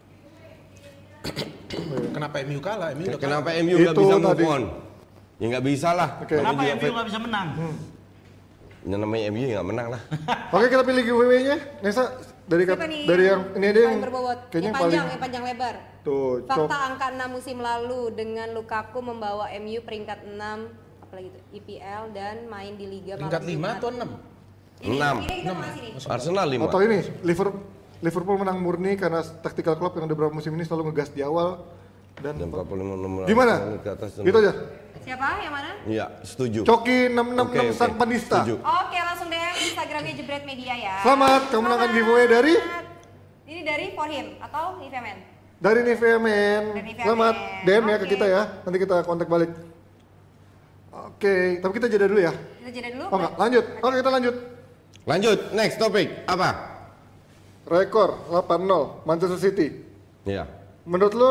Kenapa M U kalah? M U udah kenapa kalah. M U nggak bisa move on? Ya nggak bisa lah. Okay. Kenapa M U nggak bisa menang? Hmm. Yang namanya M U ya nggak menang lah. Oke, kita pilih giveaway-nya. Nesa, dari dari yang ini ada yang kayaknya yang panjang, yang panjang lebar. Tuh, fakta cok. angka enam musim lalu dengan Lukaku membawa M U peringkat enam apalagi itu I P L dan main di Liga peringkat lima atau enam? enam. Arsenal lima. Atau ini Liverpool Liverpool menang murni karena tactical club yang udah beberapa musim ini selalu ngegas di awal dan empat puluh lima nomor gimana? Gitu aja. Siapa? Yang mana? Iya, setuju. Coki enam enam enam okay, sang okay. penista. Setuju. Oke, langsung deh Instagramnya Jebret Media ya. Selamat, kamu menangkan giveaway dari? Ini dari For Him atau Nivea Men? Dari Nivea Men. Selamat, D M okay. ya ke kita ya. Nanti kita kontak balik. Oke, okay. tapi kita jeda dulu ya. Kita jeda dulu. Oh enggak, lanjut. Oke, okay, kita lanjut. Lanjut, next topik apa? Rekor delapan nol Manchester City. Iya. Menurut lo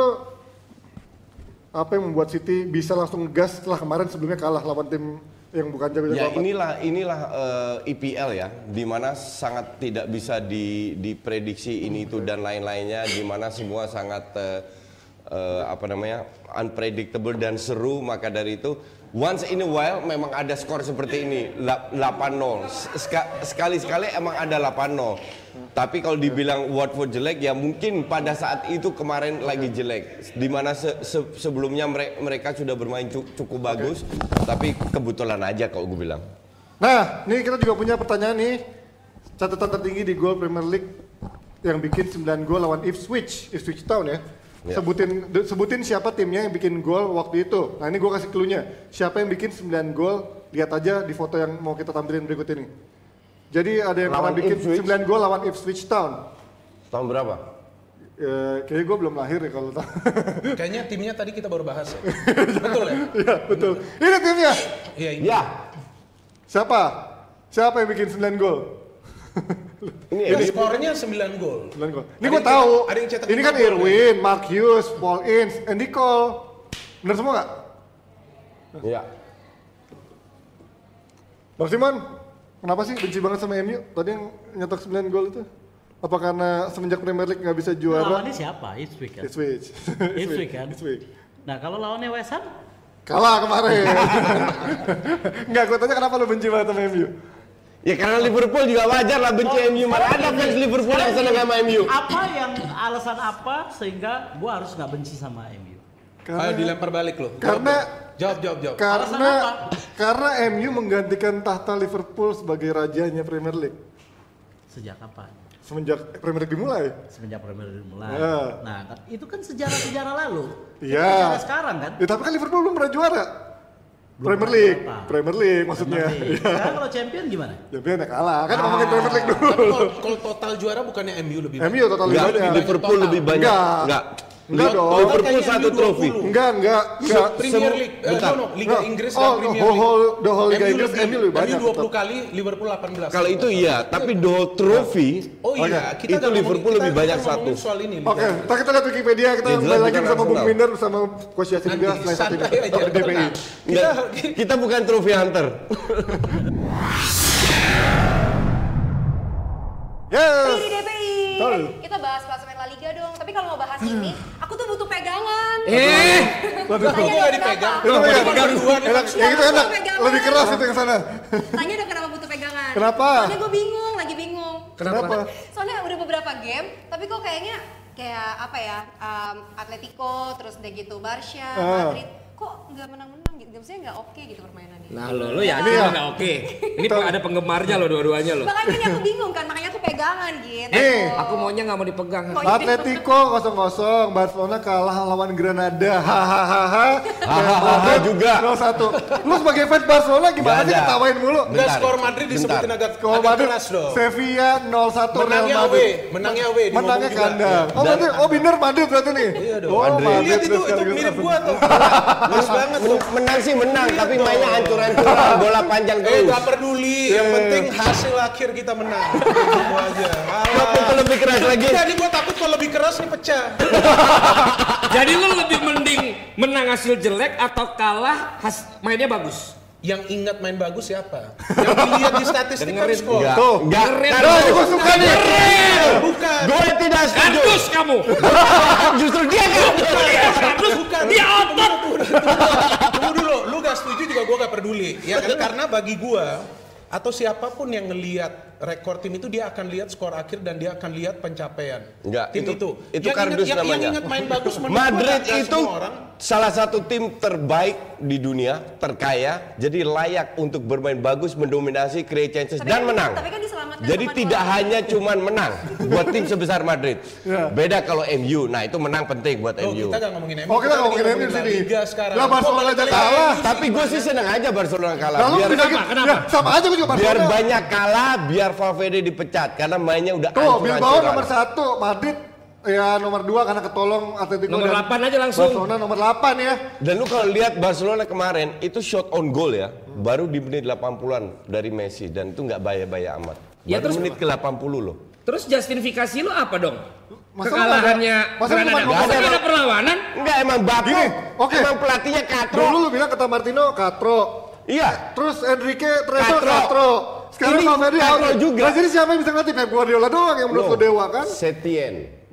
apa yang membuat City bisa langsung gas setelah kemarin sebelumnya kalah lawan tim yang bukan jago-jago ya apa? inilah inilah uh, I P L ya, di mana sangat tidak bisa di, diprediksi ini itu dan lain-lainnya, di mana semua sangat uh, uh, apa namanya unpredictable dan seru. Maka dari itu once in a while memang ada skor seperti ini delapan nol. Sekali-sekali emang ada delapan nol. Tapi kalau dibilang Watford jelek ya mungkin pada saat itu kemarin lagi jelek, dimana se se sebelumnya mere mereka sudah bermain cu cukup bagus, okay. tapi kebetulan aja kalau gue bilang. Nah, nih kita juga punya pertanyaan nih, catatan tertinggi di gol Premier League yang bikin sembilan gol lawan Ipswich, Ipswich Town ya. Yeah. Sebutin sebutin siapa timnya yang bikin gol waktu itu. Nah ini gue kasih clue-nya, siapa yang bikin sembilan gol, lihat aja di foto yang mau kita tampilin berikut ini. Jadi ada yang pernah bikin sembilan gol lawan Ipswich Town. Tahun berapa? E, kayaknya gue belum lahir ya kalau tahu. Kayaknya timnya tadi kita baru bahas ya. Betul ya? Iya betul. Ini timnya. Iya ini. Ya. Siapa? Siapa yang bikin sembilan gol? Ini ya, skornya sembilan gol. sembilan gol. Ini gue tahu. Ada yang cetak ini kan Irwin, ya? Mark Hughes, Paul Ince, Andy Cole. Bener semua nggak? Iya. Bang Simon, kenapa sih benci banget sama M U? Tadi yang nyetak sembilan gol itu? Apa karena semenjak Premier League nggak bisa juara? Lawannya siapa? Ipswich kan? Ipswich. Ipswich kan? Ipswich. Nah kalau lawannya West Ham? Kalah kemarin. Enggak, gue tanya kenapa lu benci banget sama M U? Ya karena Liverpool juga wajar lah benci oh, M U. Mana ada fans Liverpool yang seneng sama M U? Apa yang alasan apa sehingga gue harus nggak benci sama M U? Karena, Ayo dilempar balik loh. Karena jawab jawab jawab. Karena karena M U menggantikan tahta Liverpool sebagai rajanya Premier League. Sejak kapan? Semenjak Premier League dimulai. Semenjak Premier League dimulai. Ya. Nah, itu kan sejarah-sejarah lalu. Iya. Sejarah sekarang kan? Ya, tapi kan Liverpool belum pernah juara. Belum Premier League, apa? Premier League maksudnya. Premier League. Ya. Sekarang kalau champion gimana? Champion ya kalah, kan ah. ngomongin Premier League dulu. Tapi kalau total juara bukannya M U lebih banyak? M U total lebih banyak. Liverpool lebih banyak. Enggak. Enggak. Enggak dong. Liverpool satu trofi. Enggak, enggak, enggak. Premier League, uh, no, no, Liga Inggris dan oh, Premier League. Oh, the whole Liga Inggris M U lebih banyak. M U dua puluh kali, Liverpool delapan belas. Kalau itu iya, tapi the whole trophy oh iya, kita itu Liverpool lebih banyak satu. Oke, kita kita lihat Wikipedia, kita kembali lagi sama Bung Minder bersama Coach Yasin juga setelah satu ini D P I. Kita bukan trophy hunter. Yes. Di D P I. Eh, kita bahas klasemen La Liga dong. Tapi kalau mau bahas ini, aku tuh butuh pegangan. Eh, waduh, kok nggak dipegang? Itu pegang duluan. Yang itu enak, lebih keras itu yang sana. Tanya dong kenapa butuh pegangan. Kenapa? Soalnya gue bingung, lagi bingung. Kenapa? Soalnya udah beberapa game, tapi kok kayaknya kayak apa ya, um, Atletico, terus udah gitu Barca, ah. Madrid, kok nggak menang-menang gitu, gamesnya nggak oke gitu permainannya. Nah lo, lo yakin ya, nggak oke? Ini ada penggemarnya lo dua-duanya lo. Makanya ini aku bingung kan, makanya aku pegang. pegangan gitu. Nih, aku maunya nggak mau dipegang. Atletico kosong kosong, Barcelona kalah lawan Granada. Hahaha. Hahaha juga. nol satu. Lu sebagai fans Barcelona gimana sih ketawain mulu? Enggak, skor Madrid disebutin agak skor Madrid keras dong. Sevilla nol satu Real Madrid. Menangnya away, menangnya kandang. Oh berarti oh bener Madrid berarti nih. Iya dong. Oh, Madrid. Lihat itu itu mirip gua tuh. Bagus banget. Menang sih menang, tapi mainnya hancur-hancuran, bola panjang terus. Eh, enggak peduli. Yang penting hasil akhir kita menang. Itu aja. Kalau lebih keras lagi. Jadi gua takut kalau lebih keras nih pecah. Jadi lu lebih mending menang hasil jelek atau kalah has mainnya bagus? Yang ingat main bagus siapa? Yang dilihat di statistik kan skor. Tuh, enggak. Karena gue suka nih. Bukan. Gue tidak setuju. Kardus kamu. Justru dia kan. Kardus bukan. Dia otot. Tunggu dulu, lu gak setuju juga gue gak peduli. Ya kan karena bagi gue atau siapapun yang ngelihat rekor tim itu dia akan lihat skor akhir dan dia akan lihat pencapaian Enggak, tim itu itu. itu yang kardus ingat, namanya. Yang ingat main bagus Madrid gua, itu salah satu tim terbaik di dunia, terkaya, jadi layak untuk bermain bagus, mendominasi, create chances Tapi dan kan, menang. Tapi kan diselamatkan Jadi sama tidak dua. hanya cuman menang buat tim sebesar Madrid. Beda kalau M U. Nah, itu menang penting buat Oh, M U. kita gak ngomongin M U. Oh kita ngomongin M U di sini. Lah Barcelona aja kalah. Tapi gue sih senang aja Barcelona kalah. Lalu Biar bisa kenapa? Sama aja gue juga biar Barcelona. banyak kalah, biar Valverde dipecat karena mainnya udah Tuh, Bilbao hancur-hancuran. nomor satu, Madrid ya nomor dua karena ketolong Atletico Nomor dan delapan aja langsung. Barcelona nomor delapan ya. Dan lu kalau lihat Barcelona kemarin itu shot on goal ya, baru di menit delapan puluhan dari Messi dan itu nggak bahaya-bahaya amat. Baru Ya, terus menit ke delapan puluh loh. Terus justifikasi lu apa dong? Masa Kekalahannya masa Granada. cuma Masa ngomong- ada perlawanan? Enggak emang baku. Gini, oke. Emang pelatihnya katro. Dulu lu bilang kata Martino Katro. Iya. Terus Enrique Treso Katro. Katro. Sekarang Ini Valverde Katro out. juga. Nah, jadi siapa yang bisa ngelatih? Pep Guardiola doang yang menurut No. lu dewa kan? Setien.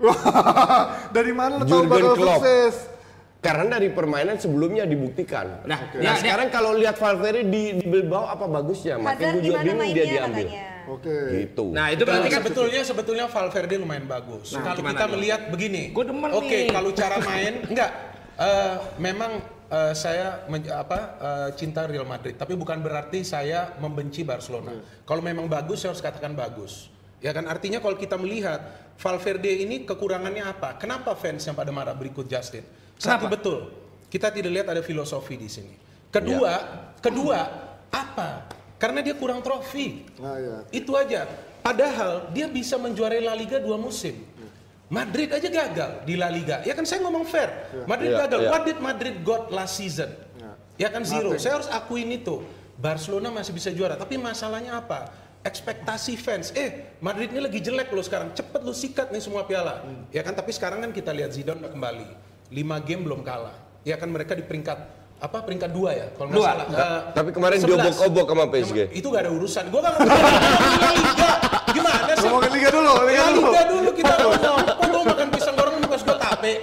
Dari mana lu tahu Jurgen bakal Klopp. sukses? Karena dari permainan sebelumnya dibuktikan. Nah, Nah, ya, sekarang kalau lihat Valverde di, di Bilbao apa bagusnya? Makanya Hazard gue juga gimana bingung dia mainnya diambil. katanya. Oke. Gitu. Nah, itu berarti kan sebetulnya sebetulnya Valverde lumayan bagus. Nah, kalau gimana kita nih? melihat begini. Gua demen Oke, nih. kalau cara main enggak eh, memang eh, saya men- apa eh, cinta Real Madrid, tapi bukan berarti saya membenci Barcelona. Kalau memang bagus saya harus katakan bagus. Ya kan artinya kalau kita melihat Valverde ini kekurangannya apa? Kenapa fans yang pada marah berikut Justin? Satu Kenapa? betul. Kita tidak lihat ada filosofi di sini. Kedua, kedua apa? Karena dia kurang trofi. Nah, ya. Itu aja. Padahal dia bisa menjuarai La Liga dua musim. Madrid aja gagal di La Liga. Ya kan saya ngomong fair. Madrid Ya, gagal. ya. What did Madrid got last season? Ya kan zero. Saya harus akuin itu. Barcelona masih bisa juara. Tapi masalahnya apa? Ekspektasi fans. Eh, Madrid ini lagi jelek loh sekarang. Cepet lu sikat nih semua piala. Ya kan tapi sekarang kan kita lihat Zidane udah kembali. lima game belum kalah. Ya kan mereka di peringkat apa peringkat dua ya kalau nggak Dua. salah. Eh, Tapi kemarin sebelas. diobok-obok sama P S G. Itu gak ada urusan. Gua kan ngomongin Liga. Gimana sih? Ngomongin Liga dulu, Liga Ya, dulu. Liga dulu kita ngomong. Kok gua makan pisang goreng bukan gua tape.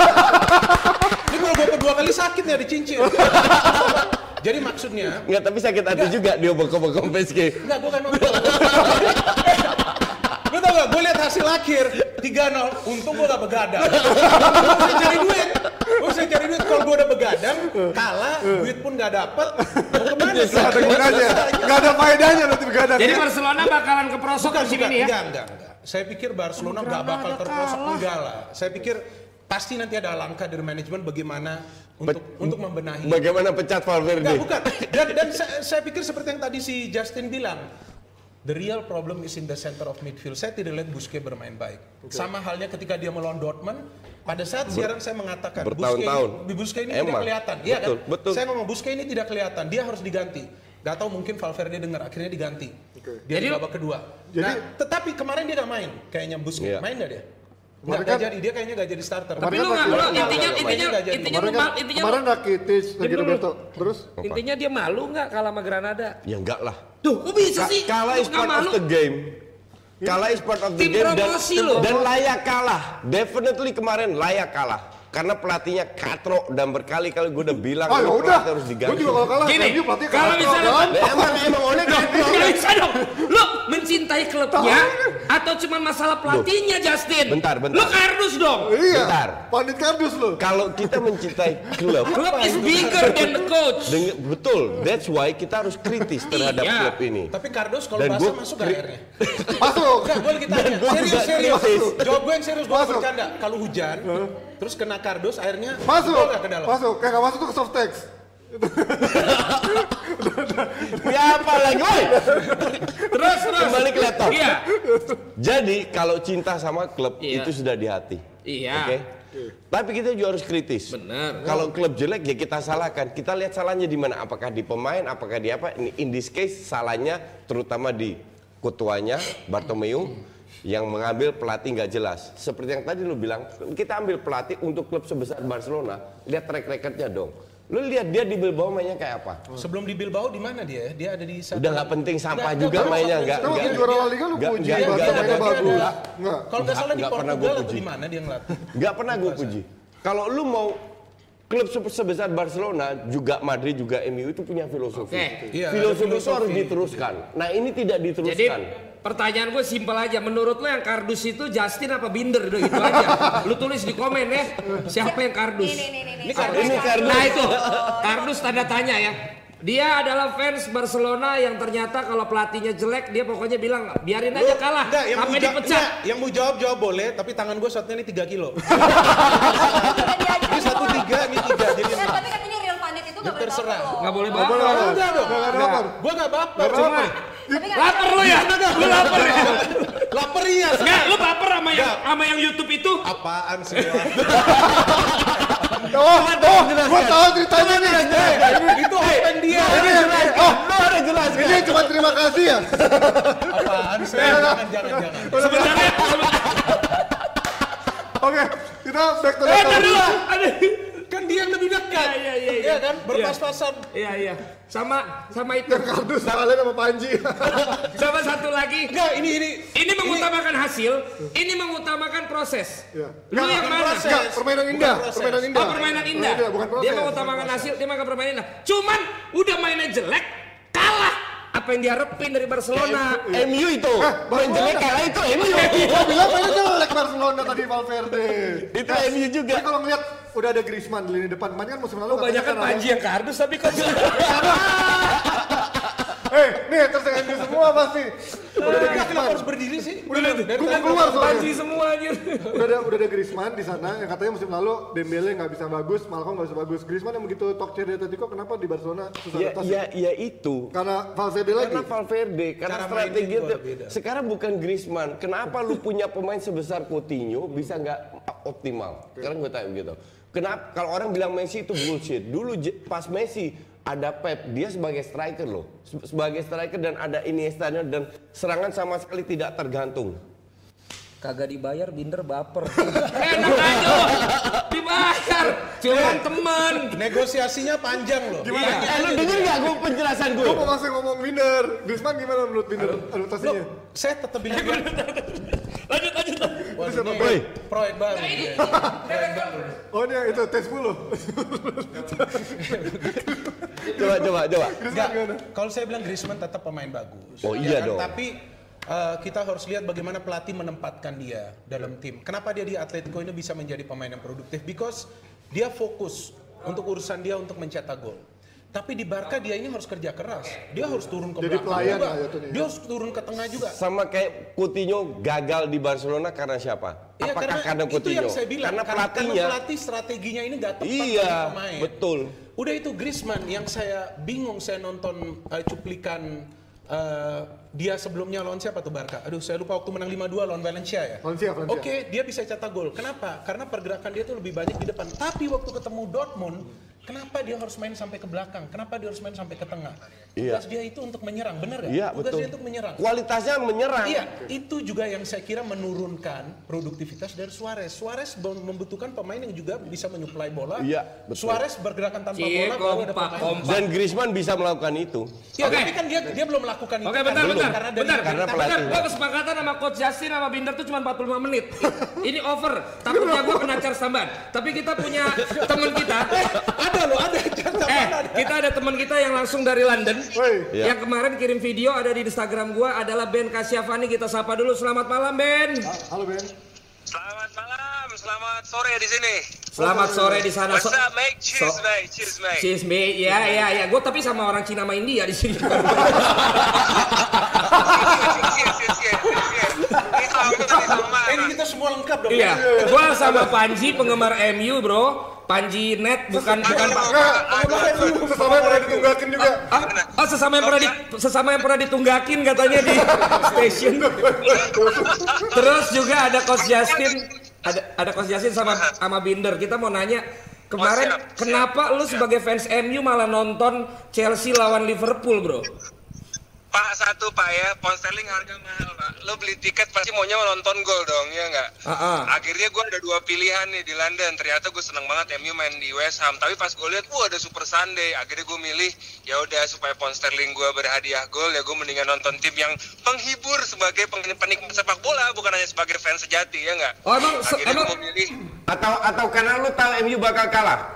Ini kalau gua kedua kali sakit ya dicincin. Jadi maksudnya Enggak, tapi sakit hati juga diobok-obok sama P S G. enggak gua kan nonton. Lu tau gak, gue lihat hasil akhir tiga nol, untung gue gak begadang. Gue bisa cari duit, gue bisa cari duit. Kalau gue udah begadang, kalah, duit pun gak dapet, mau kemana? Gak ada gunanya, gak ada faedahnya nanti begadang. Jadi Barcelona bakalan keprosok Bukan, musim bukan, ini ya? enggak, enggak, enggak. Saya pikir Barcelona gak bakal terprosok, enggak lah. Saya pikir pasti nanti ada langkah dari manajemen bagaimana untuk Bet- untuk membenahi. Bagaimana pecat Valverde? Enggak, bukan. Dan, dan saya, saya pikir seperti yang tadi si Justin bilang, the real problem is in the center of midfield. Saya tidak lihat Busquets bermain baik. Okay. Sama halnya ketika dia melawan Dortmund, pada saat siaran saya mengatakan bertahun-tahun. Busquets, Busquets ini Emang. tidak kelihatan. Iya kan? Betul, betul. Saya ngomong Busquets ini tidak kelihatan, dia harus diganti. Gak tahu mungkin Valverde dengar, akhirnya diganti. Okay. Dia Jadi- di babak kedua. Jadi- nah, tetapi kemarin dia gak main, kayaknya Busquets. Iya. Main gak dia? Nggak, Kemarin nggak kan- jadi, dia kayaknya gak jadi starter. Tapi lu kan nggak, Kemarin lu kan- intinya Kemarin intinya nggak jadi. intinya lu Kemarin kan, mal- intinya kemarin lu- Rakitic lagi dulu. Roberto. Terus? intinya dia malu nggak kalah sama Granada? Ya enggak lah. Tuh, kok bisa Ka- sih? kalah Lu is nggak part malu? of the game. Kalah is part of the Tim game dan, promosi loh. dan layak kalah. Definitely kemarin layak kalah. Karena pelatihnya katro dan berkali-kali gue udah bilang Oh ya "Lu udah, pelatih harus diganti." gue juga kalau kalah, Gini, M U pelatih kalau katro, misalnya- kan? Lah, emang emang oleh katro. Nggak bisa dong. Lu mencintai mencintai klubnya atau cuma masalah pelatihnya Justin? Bentar, bentar. Lu kardus dong. Iya. Bentar. Pandit kardus lu. Kalau kita mencintai klub, Klub is bigger than the coach. Dengan, betul. That's why kita harus kritis terhadap Iya. klub ini. Tapi kardus kalau Dan basah gua- masuk gak airnya? Masuk. Enggak, gue lagi tanya. gua Serius, juga serius. kritis. Jawab gue yang serius, gue Masuk. bercanda. Kalau hujan, terus kena kardus, airnya Masuk. jebol nggak ke dalam? Masuk. Kayak nggak masuk tuh ke soft text. Ya apa lagi, woi? Terus terus. Kembali ke laptop. Iya. Jadi kalau cinta sama klub Iya. itu sudah di hati. Iya. Oke. Tapi kita juga harus kritis. Benar. Kalau klub jelek ya kita salahkan. Kita lihat salahnya di mana? Apakah di pemain? Apakah di apa? Ini in this case salahnya terutama di ketuanya Bartomeu yang mengambil pelatih nggak jelas. Seperti yang tadi lu bilang, kita ambil pelatih untuk klub sebesar Barcelona. Lihat track recordnya dong. Lu lihat dia di Bilbao mainnya kayak apa? Sebelum di Bilbao di mana dia? Dia ada di satu. Udah nggak penting sampah Nggak, juga nggak, mainnya nggak, nggak Kalau nggak di juara La Liga lu nggak- puji nggak- Barca nggak- mainnya nggak- bagus. nggak- Enggak. Kalau nggak salah di Nggak pernah gua Portugal atau puji. di mana dia ngelatih? nggak pernah gue puji. Kalau lu mau klub se- sebesar Barcelona juga Madrid juga M U itu punya filosofi. Oke. Iya, Filosofi ada itu harus filosofi. diteruskan. Nah ini tidak Jadi diteruskan. pertanyaan gue simpel aja. Menurut lo yang kardus itu Justin apa Binder? Udah gitu aja. Lu tulis di komen ya. Siapa yang kardus? Ini nih nih nih. Ini kardus. Ini kardus. Nah itu kardus tanda tanya ya. Dia adalah fans Barcelona yang ternyata kalau pelatihnya jelek dia pokoknya bilang biarin aja kalah Enggak, yang mau sampai jawab, dipecat. enggak, yang mau jawab jawab boleh, tapi tangan gue shotnya ini tiga kilo. Ini satu tiga, ini tiga, jadi Eh, enam. tapi kan ini real pandit itu Ya, nggak boleh terserah. baper loh. Nggak boleh Nggak baper. boleh baper. Enggak dong. Nggak ada baper. Gue nggak baper, Nggak cuma baper. Tapi kan Lapar lu ya? Lu lapar ya? lapar iya. Enggak, lu baper sama yang sama yang YouTube itu? Apaan sih? Oh, oh, gua tahu ceritanya nih. Eh, Itu open dia. Ini ini- oh, Lu harus jelas. ini cuma terima kasih ya. Apaan sih? Jangan, jangan, jangan. Sebenarnya Oke, kita back to eh the tar dulu. topic. Aduh. Kan dia yang lebih dekat. Iya, iya, iya, Iya iya. kan? Berpas-pasan. Iya iya. Sama sama itu. Yang kardus kalian sama Panji. Sama satu lagi. Enggak, ini ini Ini mengutamakan hasil, ini mengutamakan proses. Iya. Lu yang Bukan mana? proses. Enggak, permainan indah, proses. permainan indah. Oh permainan indah. bukan proses. Dia mengutamakan hasil, dia mengutamakan permainan indah. Cuman udah mainnya jelek, kalah. Apa yang diharapin dari Barcelona? M U itu. Main jelek kalah itu M U. Gua bilang mainnya jelek Barcelona tadi Valverde. Itu M U juga. Tapi kalau ngeliat udah ada Griezmann di lini depan, kemarin kan musim lalu Oh banyak kan katanya Panji yang kardus tapi kok Eh, nih terus yang M U semua pasti. Udah ada Enggak, kenapa Griezmann. harus berdiri sih? Udah ada, Dari gua tadi keluar Panji soalnya. semua aja. Udah ada udah ada Griezmann di sana yang katanya musim lalu Dembele nggak bisa bagus, Malcolm nggak bisa bagus. Griezmann yang begitu talk chair di Atletico, kenapa di Barcelona susah Ya, adaptasi? ya, ya itu. Karena Valverde lagi. Karena Valverde, karena Cara strategi mainnya itu. juga beda. Sekarang bukan Griezmann. Kenapa lu punya pemain sebesar Coutinho bisa nggak optimal? Sekarang gue tanya gitu. Kenapa kalau orang bilang Messi itu bullshit? Dulu je- pas Messi ada Pep, dia sebagai striker loh. Se- Sebagai striker dan ada Iniesta-nya dan serangan sama sekali tidak tergantung. Kagak dibayar Binder baper. Enak aja loh. Dibayar. Cuman teman. negosiasinya panjang loh. Gimana? Eh, lu denger nggak gue penjelasan gue? Gue mau langsung ngomong Binder. Griezmann gimana menurut Binder adaptasinya? Loh, saya tetap bilang dia. Lanjut lanjut. Wah, siapa? ini Boy. proyek baru. Proyek baru. Oh ini yang itu tes sepuluh. Coba, coba, coba. Enggak, kalau saya bilang Griezmann tetap pemain bagus. Oh, iya dong. Tapi uh, kita harus lihat bagaimana pelatih menempatkan dia dalam tim. Kenapa dia di Atletico ini bisa menjadi pemain yang produktif? Because dia fokus untuk urusan dia untuk mencetak gol. Tapi di Barca dia ini harus kerja keras. Dia harus turun ke Jadi belakang pelayan juga. lah jatuhnya. Dia harus turun ke tengah juga. Sama kayak Coutinho gagal di Barcelona karena siapa? Iya, Apakah karena, itu Coutinho? yang saya bilang. Karena Karena, pelatihnya. karena pelatih strateginya ini nggak tepat Iya, bagi pemain. betul. Udah itu Griezmann yang saya bingung saya nonton uh, cuplikan uh, dia sebelumnya lawan siapa tuh Barca? Aduh saya lupa waktu menang lima dua lawan Valencia ya. Valencia, Valencia. Oke, dia bisa cetak gol. Kenapa? Karena pergerakan dia tuh lebih banyak di depan. Tapi waktu ketemu Dortmund, kenapa dia harus main sampai ke belakang? Kenapa dia harus main sampai ke tengah? Iya. Tugas dia itu untuk menyerang, bener gak? Iya, Tugas betul. dia untuk menyerang. Kualitasnya menyerang. Iya, itu juga yang saya kira menurunkan produktivitas dari Suarez. Suarez membutuhkan pemain yang juga bisa menyuplai bola. Iya, betul. Suarez bergerakan tanpa Cie, bola baru ada kompak, pemain. kompak. Dan Griezmann bisa melakukan itu. Ya, Oke. tapi kan dia dia belum melakukan itu. Oke kan. bentar Belum, bentar karena dari bentar Karena bentar pelatih. gua kesepakatan sama coach Justin sama Binder tuh cuma empat puluh lima menit. Ini over. Takutnya gua kena charge tambahan. Tapi kita punya teman kita ada Ada loh, ada. Eh, kita ada teman kita yang langsung dari London. Ya. Yang kemarin kirim video ada di Instagram gua adalah Ben Kasyafani. Kita sapa dulu. Selamat malam, Ben. Halo, Ben. Selamat malam, selamat sore di sini. Selamat sore di sana. What's up, mate? Cheers, so, mate. Cheers, mate. Cheers, mate. Ya, ya, ya. Gue tapi sama orang Cina sama India di sini. Ini kita semua lengkap dong. Iya. Gua sama Panji penggemar M U, Bro. Panji Net bukan bukan Pak. Sesama yang pernah ditunggakin juga. Oh, sesama yang pernah di, sesama yang pernah ditunggakin katanya di station. Terus juga ada Coach Justin, ada ada Coach Justin sama sama Binder. Kita mau nanya kemarin kenapa lu sebagai fans M U malah nonton Chelsea lawan Liverpool, Bro? Pak, satu Pak ya, pound sterling harga mahal Pak. Lo beli tiket pasti maunya nonton gol dong, ya nggak? Uh-uh. Akhirnya gue ada dua pilihan nih di London. Ternyata gue seneng banget M U main di West Ham. Tapi pas gue lihat, wah ada Super Sunday. Akhirnya gue milih, ya udah supaya pound sterling gue berhadiah gol, ya gue mendingan nonton tim yang penghibur sebagai penikmat sepak bola, bukan hanya sebagai fans sejati, ya nggak? Oh emang, Akhirnya emang... gue memilih. Atau atau karena lu tahu M U bakal kalah?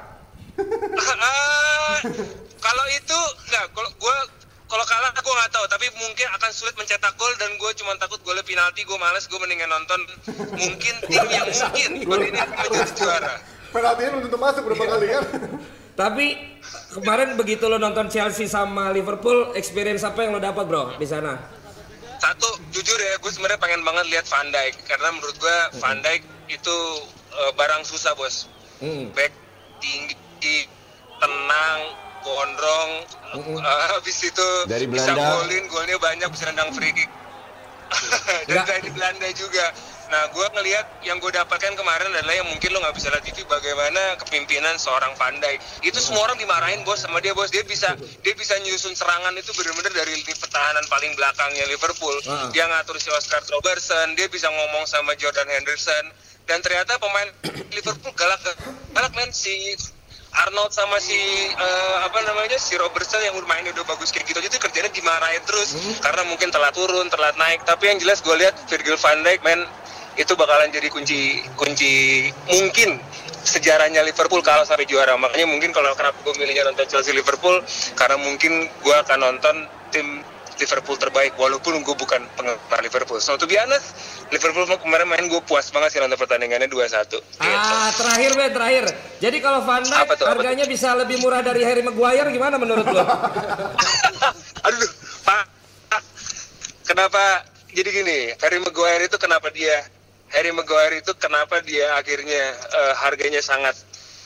uh, kalau itu nggak, kalau gue Kalau kalah gue nggak tahu, tapi mungkin akan sulit mencetak gol dan gue cuma takut golnya penalti. Gue males, gue mendingan nonton mungkin tim yang mungkin pada ini akan menjadi juara. Penaltinya belum tentu masuk berapa kali kan? Tapi kemarin begitu lo nonton Chelsea sama Liverpool, experience apa yang lo dapat, Bro, di sana? Satu, jujur ya, gue sebenarnya pengen banget lihat Van Dijk karena menurut gue Van Dijk itu uh, barang susah, bos. Hmm. Back tinggi, tenang, gondrong, uh-uh. uh, habis itu dari bisa Belanda. golin, golnya banyak, bisa nendang free kick. Dan dari Belanda juga. Nah, gue ngelihat yang gue dapatkan kemarin adalah yang mungkin lo nggak bisa lihat T V, bagaimana kepemimpinan seorang Van Dijk. Itu semua orang dimarahin, bos, sama dia, bos. Dia bisa dia bisa nyusun serangan itu benar-benar dari lini pertahanan paling belakangnya Liverpool. Uh-huh. Dia ngatur si Oscar Robertson, dia bisa ngomong sama Jordan Henderson. Dan ternyata pemain Liverpool galak galak men, si Arnold sama si uh, apa namanya si Robertson yang mainnya udah bagus kayak gitu aja tuh kerjanya dimarahin terus hmm. karena mungkin telat turun, telat naik. Tapi yang jelas gue lihat Virgil van Dijk men itu bakalan jadi kunci kunci mungkin sejarahnya Liverpool kalau sampai juara. Makanya mungkin kalau kenapa gue milihnya nonton Chelsea Liverpool karena mungkin gue akan nonton tim Liverpool terbaik walaupun gue bukan penggemar Liverpool. So to be honest, Liverpool kemarin main gue puas banget sih nonton pertandingannya dua satu. Ah, gitu. Terakhir Ben, terakhir. Jadi kalau Van Dijk harganya bisa lebih murah dari Harry Maguire gimana menurut lo? Aduh, Pak. Kenapa jadi gini? Harry Maguire itu kenapa dia Harry Maguire itu kenapa dia akhirnya uh, harganya sangat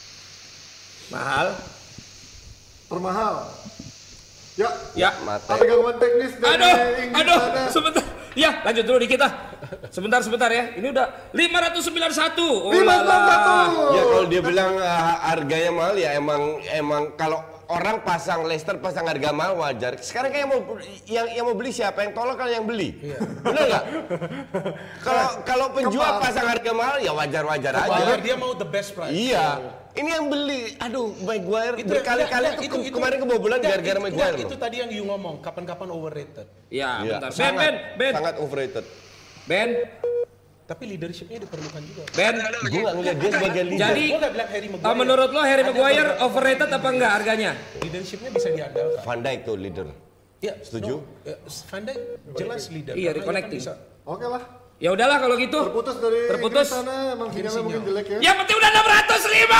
mahal? Termahal. Ya, ya. Ada gangguan teknis dari aduh, Inggris aduh, sana. sebentar. Ya, lanjut dulu dikit ah. Sebentar, sebentar ya. Ini udah lima ratus sembilan puluh satu. Oh, lima ratus sembilan puluh satu. Ya kalau dia bilang uh, harganya mahal ya emang emang kalau orang pasang Leicester pasang harga mahal wajar. Sekarang kayak mau yang yang mau beli siapa? Yang tolong kan yang beli. Iya. Benar nggak? Kalau kalau penjual pasang harga mahal ya wajar-wajar aja. Dia mau the best price. Iya. Ini yang beli, aduh Maguire berkali-kali itu, itu, itu kemarin kebobolan gara-gara Maguire. Itu tadi yang you ngomong, kapan-kapan overrated. Iya, ya, bentar. Sangat, Ben, Ben, Ben. Sangat overrated. Ben. Tapi leadershipnya diperlukan juga. Ben, gue nggak ngeliat dia sebagai leader. Jadi, gue nggak bilang Harry Maguire. Uh, menurut lo Harry Maguire overrated apa enggak harganya? Leadershipnya bisa diandalkan. Van Dijk tuh leader. Iya, setuju? No, ya, Van Dijk jelas leader. Iya, reconnecting. Kan oke lah. Ya udahlah kalau gitu. Terputus dari Terputus. Inggris sana, emang sinyalnya mungkin jelek ya. Yang penting udah enam ratus lima.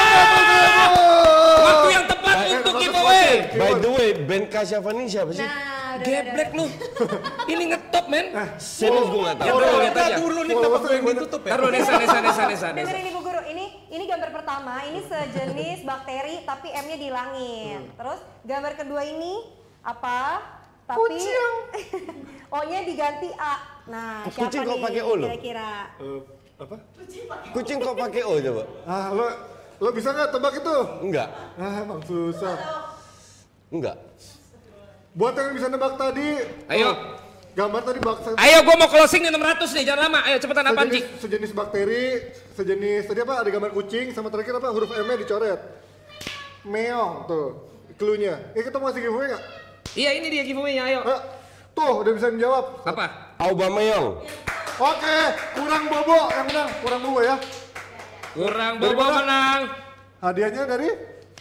Waktu yang tepat untuk giveaway. By the way, Ben Kasyafani siapa sih? Nah, geblek lu. Ini ngetop men. Serius gue nggak tahu. Ya udah lihat aja. Dulu nih kenapa gue yang ditutup ya? Taruh Nesa, Nesa, Nesa, Nesa. Dengar ini Bu Guru, ini ini gambar pertama, ini sejenis bakteri tapi M-nya dihilangin. Terus gambar kedua ini apa? Tapi kucing. O-nya diganti A. Nah, siapa kucing kok nih pakai O lo? kira-kira? Uh, apa? Kucing kok pakai O coba? Ah, lo lo bisa nggak tebak itu? Enggak. Ah, emang susah. Enggak. Buat yang bisa nebak tadi, ayo. Oh, gambar tadi bakteri. Ayo, gua mau closing di enam ratus nih, jangan lama. Ayo cepetan apa Ji? Sejenis bakteri, sejenis tadi apa? Ada gambar kucing sama terakhir apa? Huruf M-nya dicoret. Meong tuh, clue-nya. Eh, kita mau kasih giveaway nggak? Iya, ini dia giveaway-nya, ayo. Eh, tuh, udah bisa menjawab. Apa? Aubameyang. Oke, kurang bobo yang menang, kurang bobo ya. Kurang bobo menang. Hadiahnya dari? Ada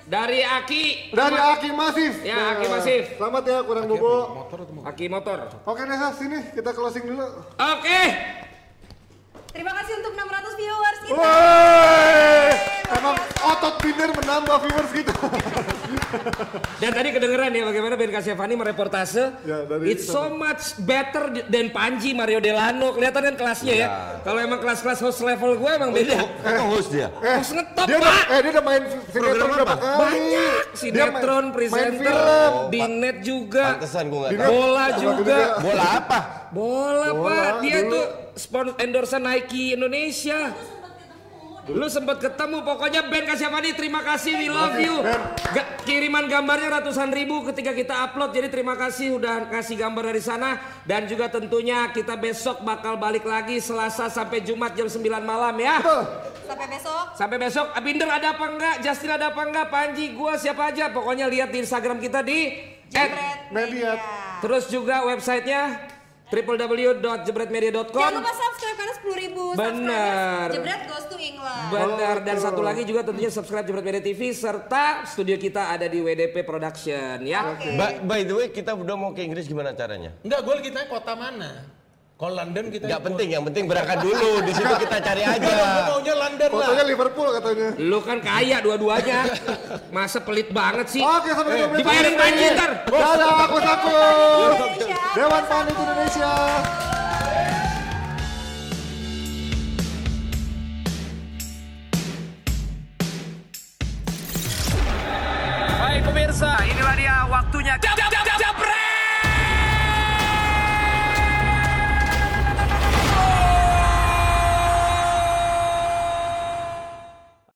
Dari Aki. Dari Aki Masif. Ya, nah, Aki Masif. Selamat ya, kurang bobo. Aki Motor. Oke Nesa, sini kita closing dulu. Oke. Terima kasih untuk enam ratus viewers kita. Woi, emang otot Binder menambah viewers gitu. Dan tadi kedengeran ya bagaimana Ben Kasyafani mereportase. Ya, dari It's so much better than Panji Mario Delano. Kelihatan kan kelasnya ya. ya. Kalau emang kelas-kelas host level gue emang beda. Emang host dia? Eh, host ngetop dia Pak. Udah, eh dia udah main sinetron berapa kali? Banyak. Sinetron, presenter, di net juga. Pantesan gue gak tahu. Bola juga. Bola apa? Bola, Bola Pak. Dia dulu. Tuh sponsor endorse Nike Indonesia. Lu sempat ketemu, pokoknya Ben Kasyafani terima kasih, we love you. G kiriman gambarnya ratusan ribu ketika kita upload, jadi terima kasih udah kasih gambar dari sana. Dan juga tentunya kita besok bakal balik lagi Selasa sampai Jumat jam sembilan malam ya. Sampai besok. Sampai besok. Binder ada apa enggak? Justin ada apa enggak? Panji, gua siapa aja? Pokoknya lihat di Instagram kita di Jebret Media. Terus juga websitenya w w w dot jebret media dot com. Jangan lupa subscribe karena sepuluh ribu Benar. Jebret goes to England. Benar, dan satu lagi juga tentunya subscribe Jebret Media T V serta studio kita ada di W D P Production ya. Okay. By, by the way, kita udah mau ke Inggris gimana caranya? Enggak, gue lagi tanya kota mana. Kalau London kita nggak penting, yang penting berangkat dulu. Di situ kita cari aja. Gue maunya London lah. Fotonya Liverpool katanya. Lu kan kaya dua-duanya. Masa pelit banget sih. Oke, sampai eh, dibayarin Panji ntar. Dadah, aku takut. Dewan Panit Indonesia. Baik pemirsa, inilah dia waktunya.